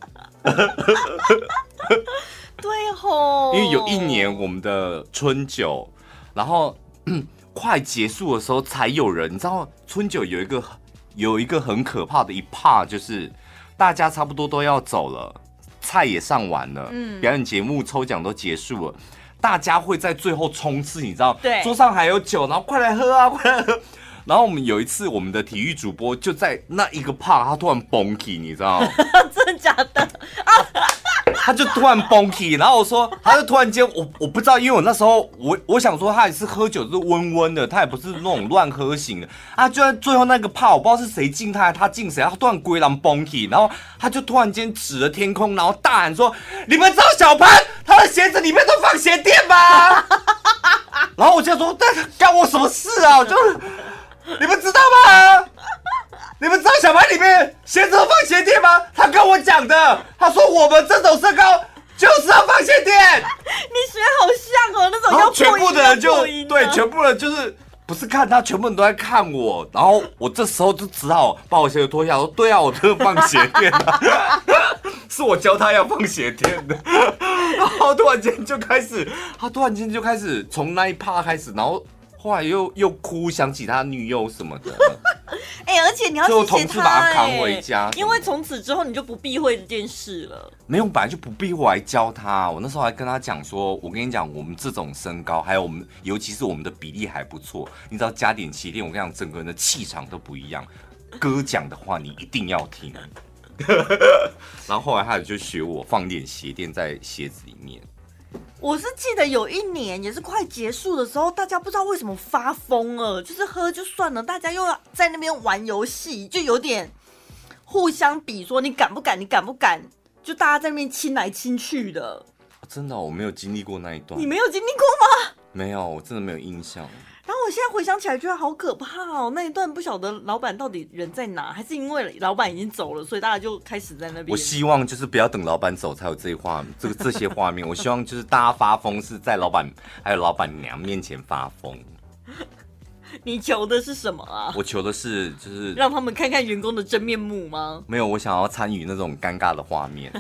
[SPEAKER 2] 对吼，
[SPEAKER 1] 因为有一年我们的春酒，然后快结束的时候才有人，你知道春酒有一个很可怕的一 part， 就是大家差不多都要走了，菜也上完了，表演节目抽奖都结束了，大家会在最后冲刺，你知道，
[SPEAKER 2] 对，
[SPEAKER 1] 桌上还有酒，然后快来喝啊，快来喝。然后我们有一次，我们的体育主播就在那一个 part， 他突然崩起，你知道吗？
[SPEAKER 2] 真的假的？
[SPEAKER 1] 他就突然崩起，然后我说，他就突然间，我不知道，因为我那时候我想说他也是喝酒是温温的，他也不是那种乱喝型的啊。就在最后那个 part， 我不知道是谁敬他，他敬谁，他突然归狼崩起，然后他就突然间指着天空，然后大喊说：“你们知道小潘他的鞋子里面都放鞋垫吗？”然后我就说：“这干我什么事啊？”我就。你们知道吗？你们知道小潘里面鞋子都放鞋垫吗？他跟我讲的，他说我们这种身高就是要放鞋垫。
[SPEAKER 2] 你学好像哦，那种要
[SPEAKER 1] 全部的人就
[SPEAKER 2] 对，
[SPEAKER 1] 全部人就是不是看他，全部人都在看我。然后我这时候就只好把我鞋子脱下，我说对啊，我这放鞋垫啊，是我教他要放鞋垫的。然后突然间就开始从那一趴开始，然后。后来又哭，想起他女友什么的。
[SPEAKER 2] 而且你要谢谢他，
[SPEAKER 1] 同事把他扛回家，
[SPEAKER 2] 因为从此之后你就不避讳这件事了。
[SPEAKER 1] 没有，本来就不避讳，我还教他。我那时候还跟他讲说，我跟你讲，我们这种身高，还有我们，尤其是我们的比例还不错，你只要加点鞋垫，我跟你讲，整个人的气场都不一样。哥讲的话你一定要听。然后后来他就学我放点鞋垫在鞋子里面。
[SPEAKER 2] 我是记得有一年也是快结束的时候，大家不知道为什么发疯了，就是喝就算了，大家又要在那边玩游戏，就有点互相比说你敢不敢，你敢不敢，就大家在那边亲来亲去的。
[SPEAKER 1] 真的，我没有经历过那一段。
[SPEAKER 2] 你没有经历过吗？
[SPEAKER 1] 没有，我真的没有印象。
[SPEAKER 2] 然后我现在回想起来觉得好可怕哦，那一段不晓得老板到底人在哪，还是因为老板已经走了，所以大家就开始在那边。
[SPEAKER 1] 我希望就是不要等老板走才有这些画面。我希望就是大家发疯是在老板还有老板娘面前发疯。
[SPEAKER 2] 你求的是什么啊？
[SPEAKER 1] 我求的是就是
[SPEAKER 2] 让他们看看员工的真面目吗？
[SPEAKER 1] 没有，我想要参与那种尴尬的画面。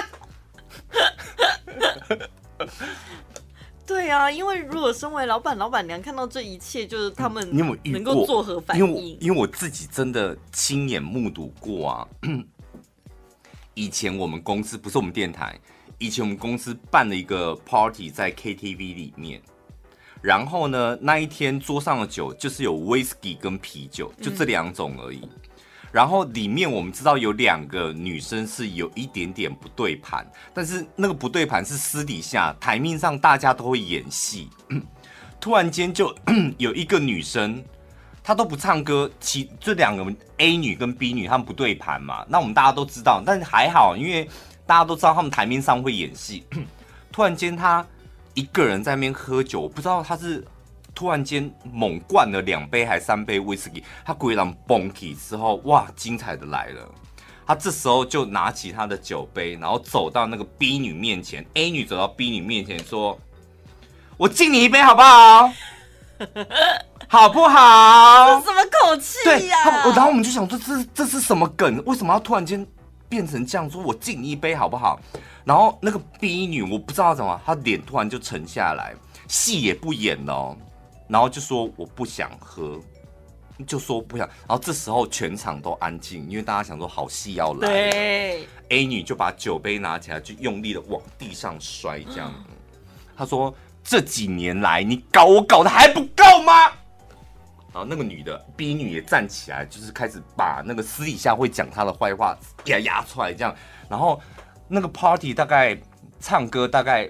[SPEAKER 2] 对啊，因为如果身为老板、老板娘看到这一切，就是他们
[SPEAKER 1] 你有没有遇过
[SPEAKER 2] 能够作何反应？
[SPEAKER 1] 因为我自己真的亲眼目睹过啊。以前我们公司不是我们电台，以前我们公司办了一个 party 在 KTV 里面，然后呢那一天桌上的酒就是有 whisky 跟啤酒，就这2种而已。然后里面我们知道有2个女生是有一点点不对盘，但是那个不对盘是私底下台面上大家都会演戏。突然间就有一个女生， 他都不唱歌，这两个 A 女跟 B 女他们不对盘嘛，那我们大家都知道，但是还好，因为大家都知道他们台面上会演戏，突然间他一个人在那边喝酒，我不知道他是突然间猛灌了2杯还3杯威士忌，他鬼狼崩起之后，哇，精彩的来了。他这时候就拿起他的酒杯，然后走到那个 B 女面前 ，A 女走到 B 女面前说：“我敬你一杯好不好？好不好？”
[SPEAKER 2] 什么口气呀？
[SPEAKER 1] 然后我们就想说，这是什么梗？为什么要突然间变成这样？说我敬你一杯好不好？然后那个 B 女我不知道怎么，她脸突然就沉下来，戏也不演了哦，然后就说我不想喝。就说不想，然后这时候全场都安静，因为大家想说好戏要来了。
[SPEAKER 2] 对
[SPEAKER 1] ，A 女就把酒杯拿起来，就用力的往地上摔，这样。她说：“这几年来，你搞我搞的还不够吗？”然后那个女的 B 女也站起来，就是开始把那个私底下会讲她的坏话压出来，这样。然后那个 party 大概唱歌大概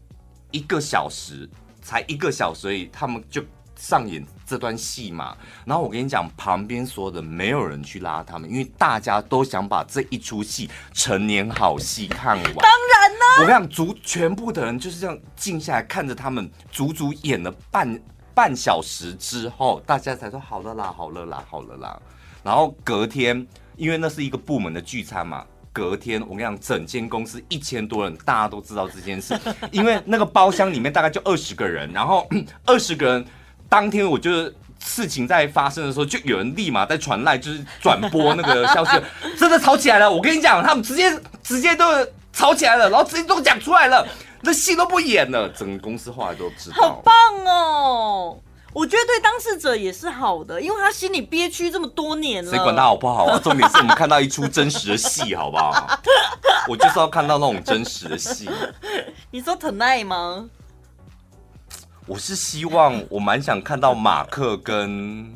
[SPEAKER 1] 1个小时，才1个小时而已，他们就上演这段戏嘛，然后我跟你讲，旁边所有的没有人去拉他们，因为大家都想把这一出戏成年好戏看完。当
[SPEAKER 2] 然呢，
[SPEAKER 1] 我跟你讲，全部的人就是这样静下来看着他们，足足演了半小时之后，大家才说好了啦，好了啦，好了啦。然后隔天，因为那是一个部门的聚餐嘛。隔天，我跟你讲，整间公司1000多人，大家都知道这件事，因为那个包厢里面大概就20个人，然后20个人。当天我就是事情在发生的时候，就有人立马在传赖，就是转播那个消息，真的吵起来了。我跟你讲，他们直接都吵起来了，然后直接都讲出来了，那戏都不演了，整个公司后来都知道。
[SPEAKER 2] 好棒哦！我觉得对当事者也是好的，因为他心里憋屈这么多年了。
[SPEAKER 1] 谁管他好不好啊？重点是我们看到一出真实的戏，好不好？我就是要看到那种真实的戏。
[SPEAKER 2] 你说 tonight 吗？
[SPEAKER 1] 我是希望，我蛮想看到马克跟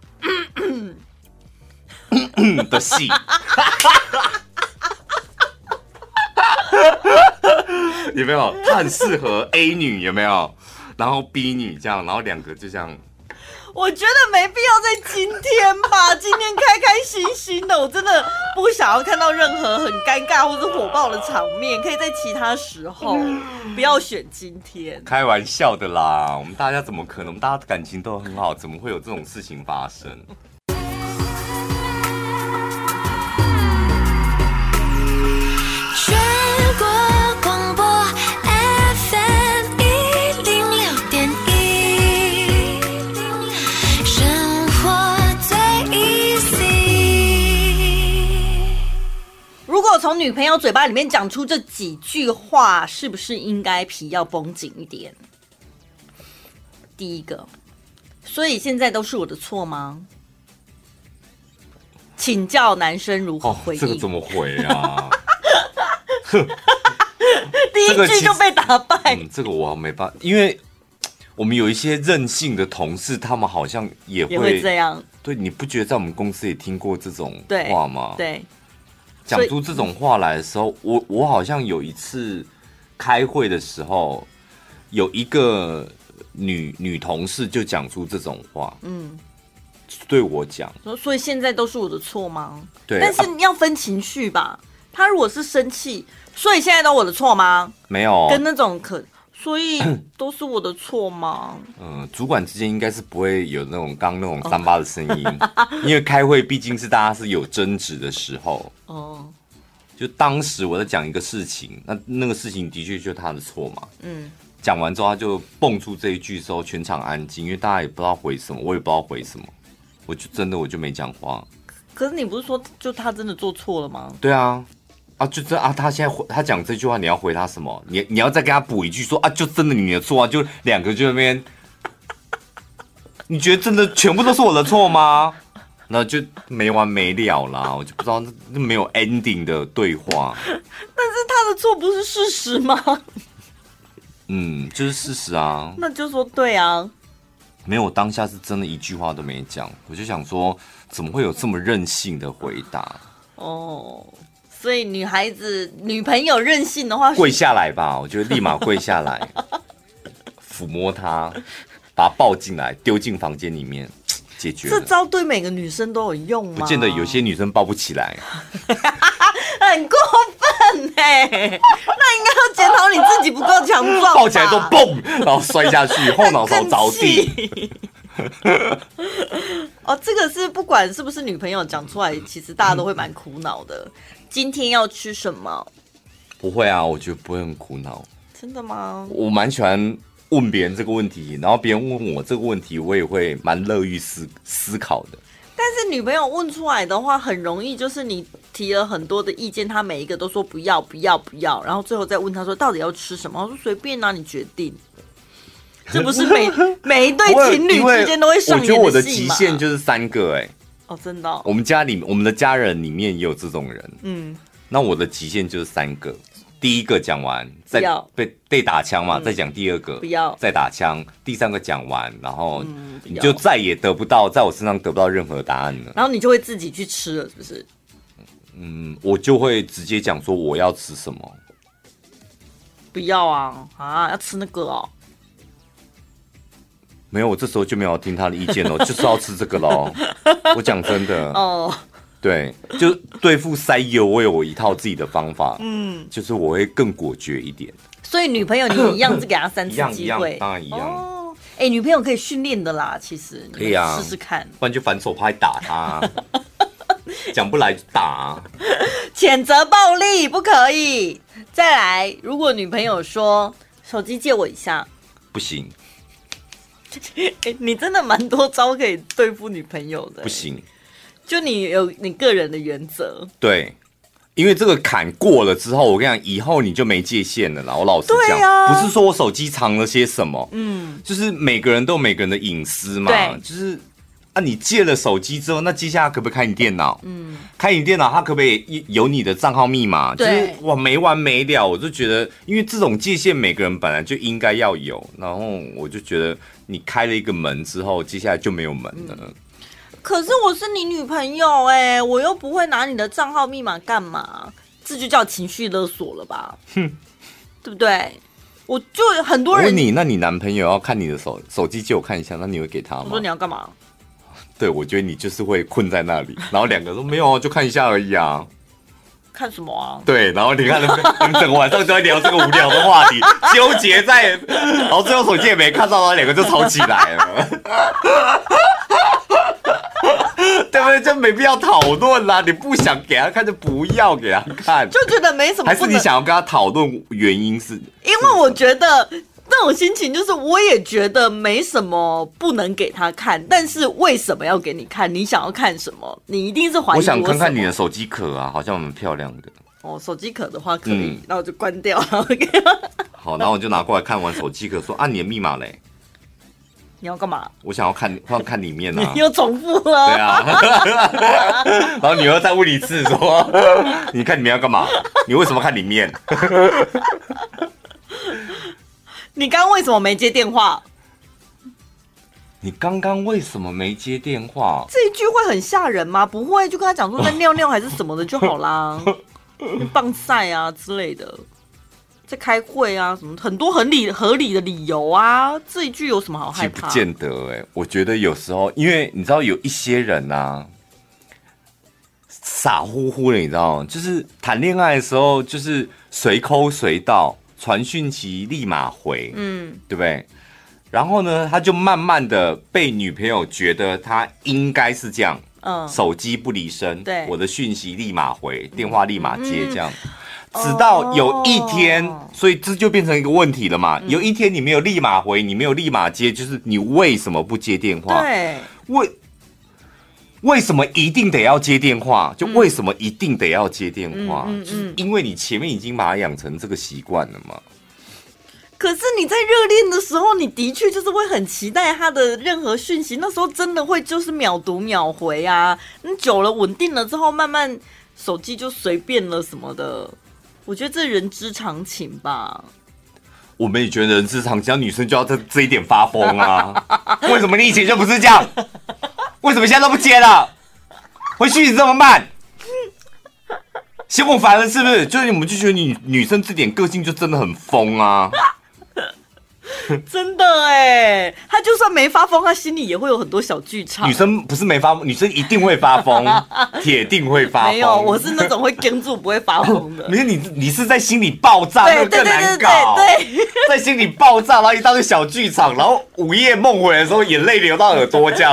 [SPEAKER 1] 的戏，有没有？他很适合 A 女，有没有？然后 B 女这样，然后2个就这样。
[SPEAKER 2] 我觉得没必要在今天吧，今天开开心心的，我真的不想要看到任何很尴尬或者火爆的场面，可以在其他时候，不要选今天。
[SPEAKER 1] 开玩笑的啦，我们大家怎么可能？我们大家感情都很好，怎么会有这种事情发生？
[SPEAKER 5] 全国广播 FM 106.1，生活最 easy。
[SPEAKER 2] 如果从女朋友嘴巴里面讲出这几句话，是不是应该皮要绷紧一点？第一个，所以现在都是我的错吗？请教男生如何回应？
[SPEAKER 1] 这个怎么回啊？
[SPEAKER 2] 第一句就被打败。
[SPEAKER 1] 这个我没办法，因为我们有一些任性的同事，他们好像也会
[SPEAKER 2] 这样。
[SPEAKER 1] 对，你不觉得在我们公司也听过这种话吗？
[SPEAKER 2] 对，
[SPEAKER 1] 讲出这种话来的时候，我好像有一次开会的时候，有一个女同事就讲出这种话，对我讲，
[SPEAKER 2] 所以现在都是我的错吗？
[SPEAKER 1] 对，
[SPEAKER 2] 但是你要分情绪吧。他如果是生气，所以现在都我的错吗？
[SPEAKER 1] 没有，
[SPEAKER 2] 跟那种所以都是我的错吗？
[SPEAKER 1] 主管之间应该是不会有那种刚那种3-8的声音，因为开会毕竟是大家是有争执的时候。就当时我在讲一个事情，那个事情的确就是他的错嘛。讲完之后他就蹦出这一句之后，全场安静，因为大家也不知道回什么，我也不知道回什么，我就没讲话。
[SPEAKER 2] 可是你不是说就他真的做错了吗？
[SPEAKER 1] 对啊。就这啊！他现在他讲这句话，你要回他什么？你要再给他补一句说就真的你的错啊！就2个就在那边，你觉得真的全部都是我的错吗？那就没完没了啦！我就不知道那没有 ending 的对话。
[SPEAKER 2] 但是他的错不是事实吗？
[SPEAKER 1] 就是事实啊。
[SPEAKER 2] 那就说对啊。
[SPEAKER 1] 没有，我当下是真的一句话都没讲，我就想说，怎么会有这么任性的回答？
[SPEAKER 2] 所以女朋友任性的话，
[SPEAKER 1] 跪下来吧，我觉得立马跪下来，抚摸她，把她抱进来，丢进房间里面。 解决了。
[SPEAKER 2] 这招对每个女生都有用吗？
[SPEAKER 1] 不见得，有些女生抱不起来。
[SPEAKER 2] 很过分哎、那应该要检讨你自己不够强壮。
[SPEAKER 1] 抱起来都蹦，然后摔下去，后脑勺着地。
[SPEAKER 2] 哦，这个是不管是不是女朋友讲出来，其实大家都会蛮苦恼的。今天要吃什么？
[SPEAKER 1] 不会啊，我觉得不会很苦恼。
[SPEAKER 2] 真的吗？
[SPEAKER 1] 我蛮喜欢问别人这个问题，然后别人问我这个问题，我也会蛮乐于思考的。
[SPEAKER 2] 但是女朋友问出来的话，很容易就是你提了很多的意见，她每一个都说不要不要不要，然后最后再问她说到底要吃什么，我说随便啊，你决定。这不是每一对情侣之间都会上演的戏吗？
[SPEAKER 1] 我觉得我的极限就是3个哎、
[SPEAKER 2] 哦，真的、哦。
[SPEAKER 1] 我们的家人里面也有这种人。嗯，那我的极限就是3个。第一个讲完，再被打枪嘛，再讲第2个，
[SPEAKER 2] 不要
[SPEAKER 1] 再打枪，第3个讲完，然后你就再也得不到在我身上得不到任何答案了。
[SPEAKER 2] 然后你就会自己去吃了，是不是？
[SPEAKER 1] 我就会直接讲说我要吃什么。
[SPEAKER 2] 不要啊，要吃那个哦。
[SPEAKER 1] 没有，我这时候就没有听他的意见了，就是要吃这个咯。我讲真的哦。对，就对付塞油，我有我一套自己的方法。就是我会更果决一点。
[SPEAKER 2] 所以女朋友你一样是给她3次机会，
[SPEAKER 1] 当然一样。
[SPEAKER 2] 哦，女朋友可以训练的啦，其实
[SPEAKER 1] 可以啊，
[SPEAKER 2] 试试看，
[SPEAKER 1] 不然就反手拍打她，讲不来就打。
[SPEAKER 2] 谴责暴力不可以。再来，如果女朋友说手机借我一下，
[SPEAKER 1] 不行。
[SPEAKER 2] 你真的蛮多招可以对付女朋友的。
[SPEAKER 1] 不行。
[SPEAKER 2] 就你有你个人的原则，
[SPEAKER 1] 对，因为这个坎过了之后，我跟你讲，以后你就没界限了啦。我老实讲，不是说我手机藏了些什么，就是每个人都有每个人的隐私嘛，就是你借了手机之后，那接下来可不可以开你电脑？开你电脑，它可不可以有你的账号密码？就是哇，没完没了。我就觉得，因为这种界限，每个人本来就应该要有，然后我就觉得，你开了一个门之后，接下来就没有门了。
[SPEAKER 2] 可是我是你女朋友我又不会拿你的账号密码干嘛？这就叫情绪勒索了吧？对不对？我就很多人。
[SPEAKER 1] 我问你，那你男朋友要看你的手机借我看一下，那你会给他吗？
[SPEAKER 2] 我说你要干嘛？
[SPEAKER 1] 对，我觉得你就是会困在那里，然后2个说没有，就看一下而已啊。
[SPEAKER 2] 看什么啊？
[SPEAKER 1] 对，然后你看，你们整个晚上就在聊这个无聊的话题，纠结在，然后最后手机也没看到，然后2个就吵起来了。对不对？就没必要讨论啦。你不想给他看，就不要给他看。
[SPEAKER 2] 就觉得没什么。
[SPEAKER 1] 还是你想要跟他讨论原因是？
[SPEAKER 2] 因为我觉得那种心情就是，我也觉得没什么不能给他看，但是为什么要给你看？你想要看什么？你一定是怀疑我
[SPEAKER 1] 想看看你的手机壳啊，好像蛮漂亮的。
[SPEAKER 2] 哦，手机壳的话可以，那我就关掉，然后给
[SPEAKER 1] 好，然后我就拿过来看完手机壳，说啊，你的密码嘞？
[SPEAKER 2] 你要干嘛？
[SPEAKER 1] 我想要看里面啊。
[SPEAKER 2] 你又重复了。
[SPEAKER 1] 对啊。然后你又再问一次说，你看里面要干嘛？你为什么看里面？
[SPEAKER 2] 你刚刚为什么没接电话？
[SPEAKER 1] 你刚刚为什么没接电话？
[SPEAKER 2] 这一句会很吓人吗？不会，就跟他讲说在尿尿还是什么的就好啦，棒晒啊之类的。在开会啊，什么很多合理的理由啊，这一句有什么好害怕？
[SPEAKER 1] 不见得我觉得有时候，因为你知道有一些人啊，傻乎乎的，你知道吗？就是谈恋爱的时候，就是随抠随到，传讯息立马回，对不对？然后呢，他就慢慢的被女朋友觉得他应该是这样，手机不离身，
[SPEAKER 2] 对，
[SPEAKER 1] 我的讯息立马回，电话立马接，这样。直到有一天，所以这就变成一个问题了嘛。有一天你没有立马回，你没有立马接，就是你为什么不接电话？
[SPEAKER 2] 对，
[SPEAKER 1] 为什么一定得要接电话？就为什么一定得要接电话？就是因为你前面已经把它养成这个习惯了嘛。
[SPEAKER 2] 可是你在热恋的时候，你的确就是会很期待他的任何讯息，那时候真的会就是秒读秒回啊。你久了稳定了之后，慢慢手机就随便了什么的。我觉得这人之常情吧。
[SPEAKER 1] 我们也觉得人之常情，女生就要这一点发疯啊！为什么你以前就不是这样？为什么现在都不接了？回讯息这么慢，嫌我烦了是不是？就是我们就觉得你女生这点个性就真的很疯啊！
[SPEAKER 2] 真的哎，他就算没发疯，他心里也会有很多小剧场。
[SPEAKER 1] 女生不是没发疯，女生一定会发疯，铁定会发疯。
[SPEAKER 2] 没有，我是那种会跟住不会发疯的。
[SPEAKER 1] 没有你是在心里爆炸，那个更难搞。
[SPEAKER 2] 对，
[SPEAKER 1] 在心里爆炸，然后一大堆小剧场，然后午夜梦回的时候，眼泪流到耳朵这样。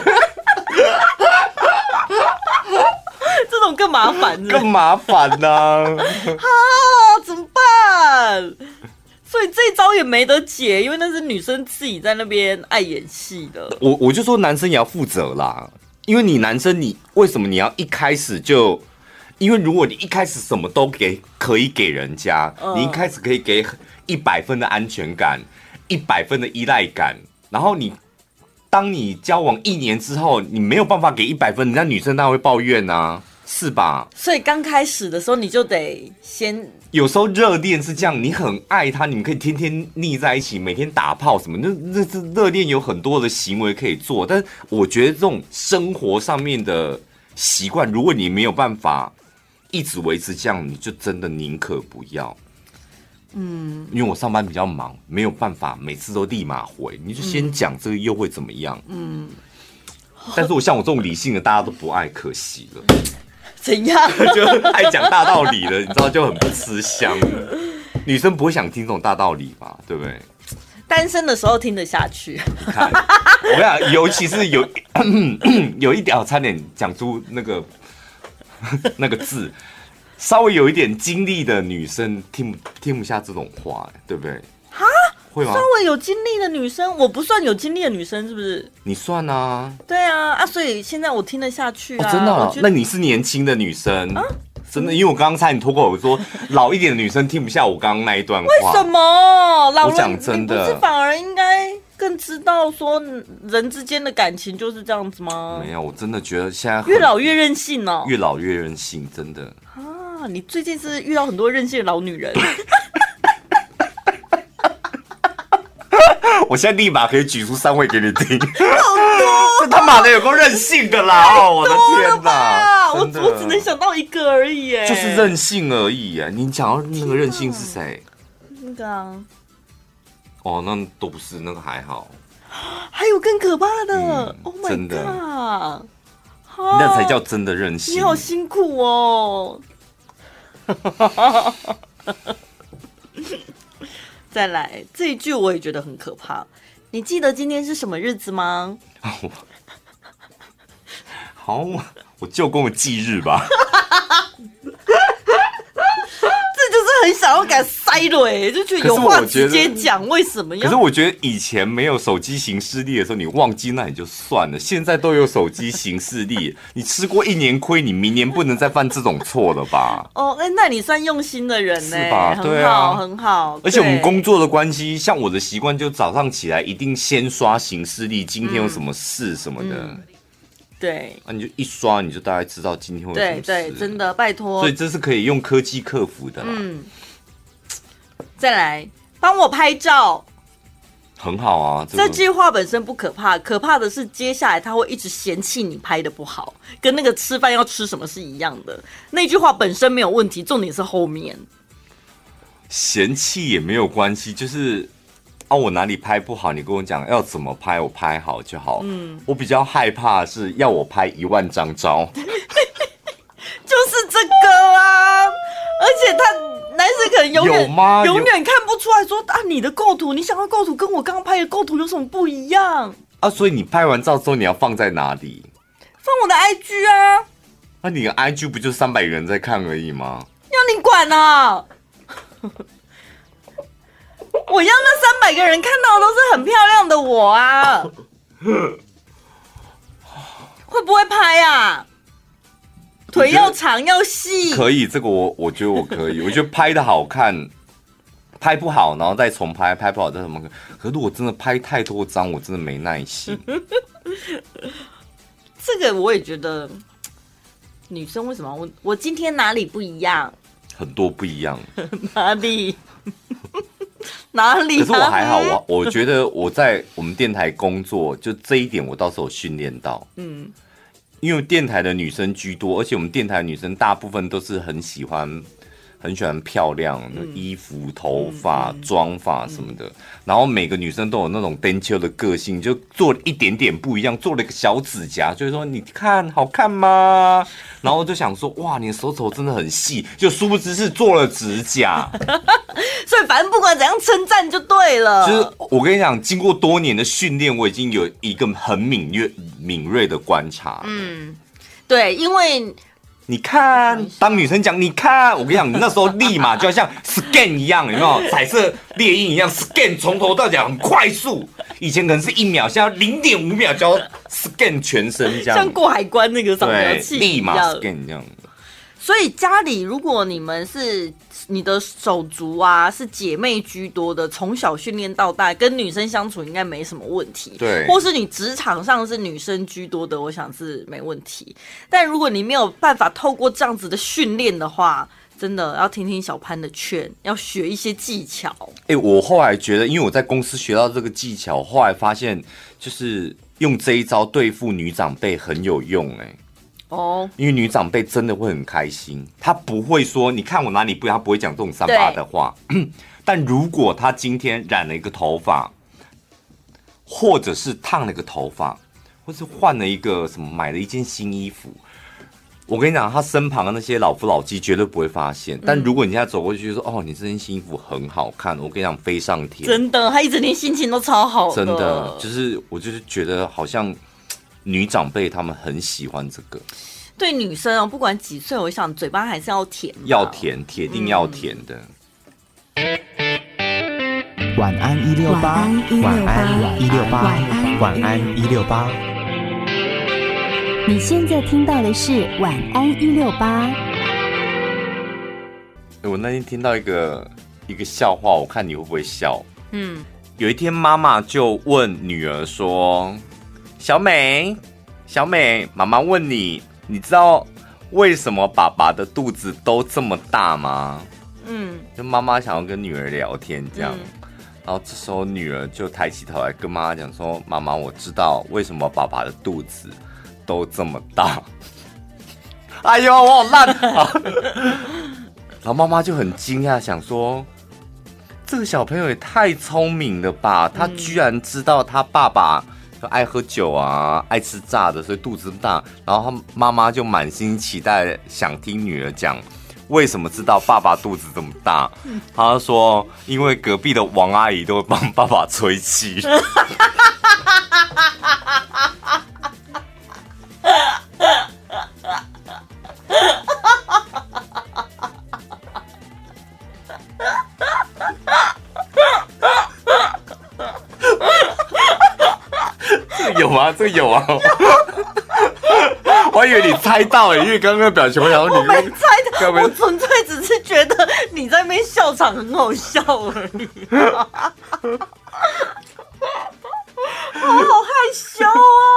[SPEAKER 2] 这种更麻烦，
[SPEAKER 1] 更麻烦呢、
[SPEAKER 2] 啊，怎么办？所以这一招也没得解，因为那是女生自己在那边爱演戏的。
[SPEAKER 1] 我就说男生也要负责啦，因为你男生你为什么你要一开始就？因为如果你一开始什么都可以给人家，你一开始可以给100分的安全感，100分的依赖感，然后当你交往1年之后，你没有办法给100分，人家女生当然会抱怨啊，是吧？
[SPEAKER 2] 所以刚开始的时候，你就得先。
[SPEAKER 1] 有时候热恋是这样，你很爱他，你们可以天天腻在一起，每天打炮什么，那热恋有很多的行为可以做，但我觉得这种生活上面的习惯，如果你没有办法一直维持这样，你就真的宁可不要。因为我上班比较忙，没有办法每次都立马回，你就先讲这个又会怎么样？但是我像我这种理性的，大家都不爱，可惜了。
[SPEAKER 2] 怎样？
[SPEAKER 1] 就爱讲大道理的，你知道就很不吃香。女生不会想听这种大道理吧？对不对？
[SPEAKER 2] 单身的时候听得下去。
[SPEAKER 1] 你看，我跟你讲，尤其是有一点，差点讲出那个字，稍微有一点经历的女生听不下这种话，对不对？
[SPEAKER 2] 哈？
[SPEAKER 1] 会吗？
[SPEAKER 2] 稍微有经历的女生，我不算有经历的女生，是不是？
[SPEAKER 1] 你算啊。
[SPEAKER 2] 对啊，所以现在我听得下去啊。
[SPEAKER 1] 真的啊？那你是年轻的女生啊？真的，因为我刚刚差点脱口而出说，老一点的女生听不下我刚刚那一段话。
[SPEAKER 2] 为什么？老人，
[SPEAKER 1] 我讲真的，
[SPEAKER 2] 你不是反而应该更知道说人之间的感情就是这样子吗？
[SPEAKER 1] 没有，我真的觉得现在
[SPEAKER 2] 越老越任性哦，
[SPEAKER 1] 越老越任性，真的
[SPEAKER 2] 啊！你最近是遇到很多任性的老女人。
[SPEAKER 1] 我现在立马可以举出3位给你听，好多，这他妈的有够任性的啦！哦，我的天哪，
[SPEAKER 2] 我只能想到一个而已，耶，
[SPEAKER 1] 就是任性而已啊！你讲到那个任性是谁？
[SPEAKER 2] 那个啊，
[SPEAKER 1] 哦，那都不是，那个还好。
[SPEAKER 2] 还有更可怕的，Oh my god！
[SPEAKER 1] 真的，那才叫真的任性。
[SPEAKER 2] 你好辛苦哦。再来这一句，我也觉得很可怕。你记得今天是什么日子吗？
[SPEAKER 1] 好，我舅公的忌日吧。
[SPEAKER 2] 这就是很想要给他塞了，就觉得有话直接讲，为什么要？
[SPEAKER 1] 可是我觉得以前没有手机行事历的时候，你忘记那也就算了。现在都有手机行事历，你吃过1年亏，你明年不能再犯这种错了吧？
[SPEAKER 2] 哦，那你算用心的人呢，
[SPEAKER 1] 是吧？对
[SPEAKER 2] 啊，很好。
[SPEAKER 1] 而且我们工作的关系，像我的习惯，就早上起来一定先刷行事历，今天有什么事什么的。
[SPEAKER 2] 对，
[SPEAKER 1] 你就一刷，你就大概知道今天会有什么事。
[SPEAKER 2] 对，真的，拜托。
[SPEAKER 1] 所以这是可以用科技克服的啦。
[SPEAKER 2] 再来，帮我拍照，
[SPEAKER 1] 很好啊。
[SPEAKER 2] 这句话本身不可怕，可怕的是接下来他会一直嫌弃你拍的不好，跟那个吃饭要吃什么是一样的。那句话本身没有问题，重点是后面
[SPEAKER 1] 嫌弃也没有关系，就是我哪里拍不好，你跟我讲要怎么拍，我拍好就好。我比较害怕的是要我拍1万张照，
[SPEAKER 2] 就是这个啊！而且男生可能永远看不出来说你的构图，你想要构图跟我刚刚拍的构图有什么不一样
[SPEAKER 1] 啊？所以你拍完照之后你要放在哪里？
[SPEAKER 2] 放我的 IG 啊！
[SPEAKER 1] 那你的 IG 不就300个人在看而已吗？
[SPEAKER 2] 要你管啊！我要那300个人看到的都是很漂亮的我啊！会不会拍啊？腿要长要细，
[SPEAKER 1] 可以，这个我觉得我可以，我觉得拍的好看，拍不好然后再重拍，拍不好再重拍。可是如果真的拍太多张，我真的没耐心。
[SPEAKER 2] 这个我也觉得，女生为什么要问我今天哪里不一样？
[SPEAKER 1] 很多不一样，
[SPEAKER 2] 哪里？哪里？
[SPEAKER 1] 可是我还好，我觉得我在我们电台工作，就这一点我倒是有训练到。因为电台的女生居多，而且我们电台的女生大部分都是很喜欢很喜欢漂亮的衣服、头发、妆发什么的，然后每个女生都有那种单秋的个性，就做了一点点不一样，做了一个小指甲，就是说你看好看吗？然后我就想说，哇，你的手指头真的很细，就殊不知是做了指甲。
[SPEAKER 2] 所以反正不管怎样称赞就对了。
[SPEAKER 1] 就是我跟你讲，经过多年的训练，我已经有一个很敏锐的观察。
[SPEAKER 2] 对，因为
[SPEAKER 1] 你看，当女生讲你看，我跟你讲，你那时候立马就要像 scan 一样，有没有？彩色列印一样 scan 从头到脚很快速。以前可能是1秒，现在0.5秒就要 scan 全身这样，
[SPEAKER 2] 像过海关那个扫描器
[SPEAKER 1] 立马 scan 这样。
[SPEAKER 2] 所以家里如果你们是你的手足啊，是姐妹居多的，从小训练到大，跟女生相处应该没什么问题。
[SPEAKER 1] 对，
[SPEAKER 2] 或是你职场上是女生居多的，我想是没问题。但如果你没有办法透过这样子的训练的话，真的要听听小潘的劝，要学一些技巧。
[SPEAKER 1] 我后来觉得，因为我在公司学到这个技巧，后来发现就是用这一招对付女长辈很有用。因为女长辈真的会很开心，她不会说你看我哪里不一样，她不会讲这种三八的话。但如果她今天染了一个头发，或者是烫了一个头发，或是换了一个什么，买了一件新衣服，我跟你讲，她身旁的那些老夫老妻绝对不会发现。但如果你现在走过去说，哦，你这件新衣服很好看，我跟你讲，飞上天，
[SPEAKER 2] 真的，她一整天心情都超好的，
[SPEAKER 1] 真的，就是我就是觉得好像。女长辈她们很喜欢这个，
[SPEAKER 2] 对女生哦，不管几岁，我想嘴巴还是要甜，
[SPEAKER 1] 要甜，铁定要甜的。
[SPEAKER 6] 晚安168，晚安168，晚安168。
[SPEAKER 3] 你现在听到的是晚安168。
[SPEAKER 1] 我那天听到一个笑话，我看你会不会笑。有一天妈妈就问女儿说。小美，妈妈问你，你知道为什么爸爸的肚子都这么大吗？就妈妈想要跟女儿聊天这样，然后这时候女儿就抬起头来跟妈妈讲说：“妈妈，我知道为什么爸爸的肚子都这么大。”哎呦，我好烂啊！然后妈妈就很惊讶，想说：“这个小朋友也太聪明了吧？他居然知道他爸爸。”爱喝酒啊，爱吃炸的，所以肚子大。然后他妈妈就满心期待，想听女儿讲为什么知道爸爸肚子这么大。他说，因为隔壁的王阿姨都会帮爸爸吹气。有吗？这个有啊！我还以为你猜到因为刚刚的表情，我想说你
[SPEAKER 2] 没猜到，我纯粹只是觉得你在那边笑场很好笑而已。我好害羞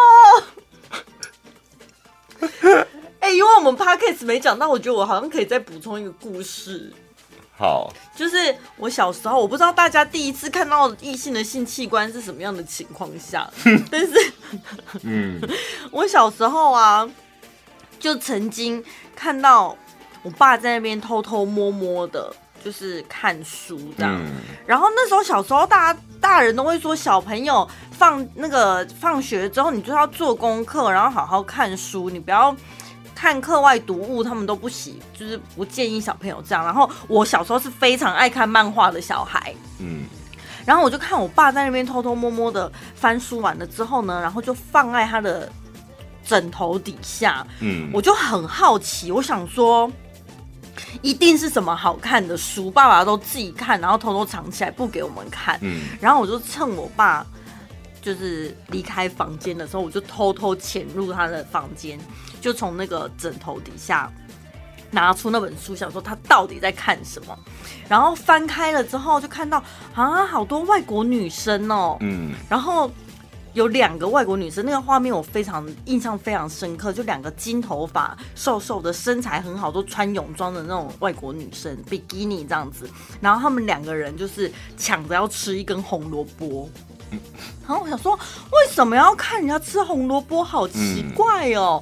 [SPEAKER 2] 哦！因为我们 podcast 没讲到，我觉得我好像可以再补充一个故事。
[SPEAKER 1] 好，
[SPEAKER 2] 就是我小时候，我不知道大家第一次看到异性的性器官是什么样的情况下，但是，我小时候啊，就曾经看到我爸在那边偷偷摸摸的，就是看书这样。然后那时候小时候，大人都会说，小朋友放学之后，你就要做功课，然后好好看书，你不要。看课外读物，他们都就是不建议小朋友这样。然后我小时候是非常爱看漫画的小孩，然后我就看我爸在那边偷偷摸摸的翻书完了之后呢，然后就放在他的枕头底下，我就很好奇，我想说一定是什么好看的书，爸爸都自己看，然后偷偷藏起来不给我们看，然后我就趁我爸就是离开房间的时候，我就偷偷潜入他的房间。就从那个枕头底下拿出那本书，想说他到底在看什么。然后翻开了之后，就看到好多外国女生哦，然后有2个外国女生，那个画面我印象非常深刻，就2个金头发、瘦瘦的，身材很好，都穿泳装的那种外国女生，比基尼这样子。然后他们2个人就是抢着要吃一根红萝卜。然后我想说，为什么要看人家吃红萝卜？好奇怪哦。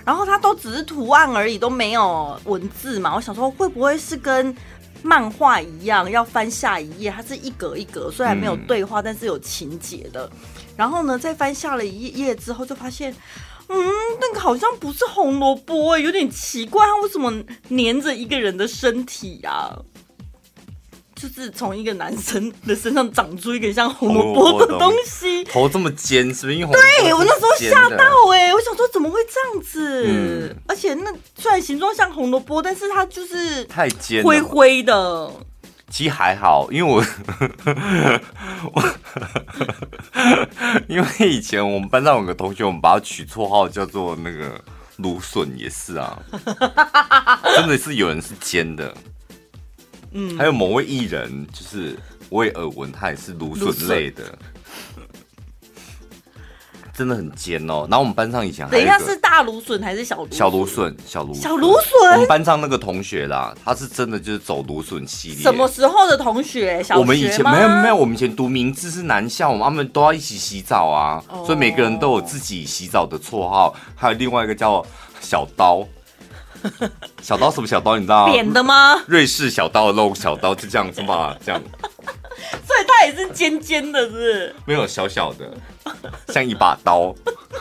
[SPEAKER 2] 然后它都只是图案而已，都没有文字嘛。我想说会不会是跟漫画一样，要翻下一页，它是一格一格，虽然没有对话，但是有情节的。然后呢，再翻下了一页之后，就发现，那个好像不是红萝卜，有点奇怪，它为什么粘着一个人的身体啊？就是从一个男生的身上长出一个像红萝卜的东西，
[SPEAKER 1] 头这么尖，是不是？因为
[SPEAKER 2] 对我那时候吓到我想说怎么会这样子？而且那虽然形状像红萝卜，但是它就是
[SPEAKER 1] 太尖了，
[SPEAKER 2] 灰灰的。
[SPEAKER 1] 其实还好，因为因为以前我们班上有个同学，我们把他取绰号叫做那个芦笋，也是啊，真的是有人是尖的。还有某位艺人，就是我也耳闻，他也是芦笋类的，真的很尖哦。然后我们班上以前还有一个，
[SPEAKER 2] 等一下是大芦笋还是小芦笋？
[SPEAKER 1] 小芦笋，小芦
[SPEAKER 2] 笋。
[SPEAKER 1] 我们班上那个同学啦，他是真的就是走芦笋系列。
[SPEAKER 2] 什么时候的同学？小学吗？
[SPEAKER 1] 我们以前没有，我们以前读明志是男校，他们都要一起洗澡啊，所以每个人都有自己洗澡的绰号。还有另外一个叫小刀。小刀什么小刀你知道吗？
[SPEAKER 2] 扁的吗？
[SPEAKER 1] 瑞士小刀的那种小刀，就这样子嘛，这样。
[SPEAKER 2] 所以它也是尖尖的，是不是？
[SPEAKER 1] 没有小小的，像一把刀。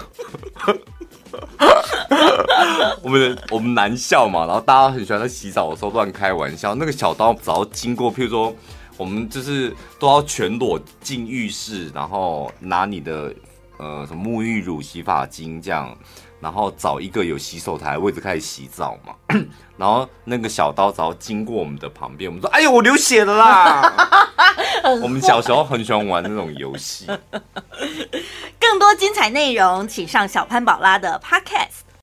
[SPEAKER 1] 我们男校嘛，然后大家很喜欢在洗澡的时候乱开玩笑。那个小刀只要经过，譬如说我们就是都要全裸进浴室，然后拿你的什么沐浴乳、洗发精这样。然后找一个有洗手台的位置开始洗澡嘛，然后那个小刀只要经过我们的旁边，我们说：“哎呦，我流血了啦！”我们小时候很喜欢玩那种游戏。
[SPEAKER 2] 更多精彩内容，请上小潘宝拉的 Podcast。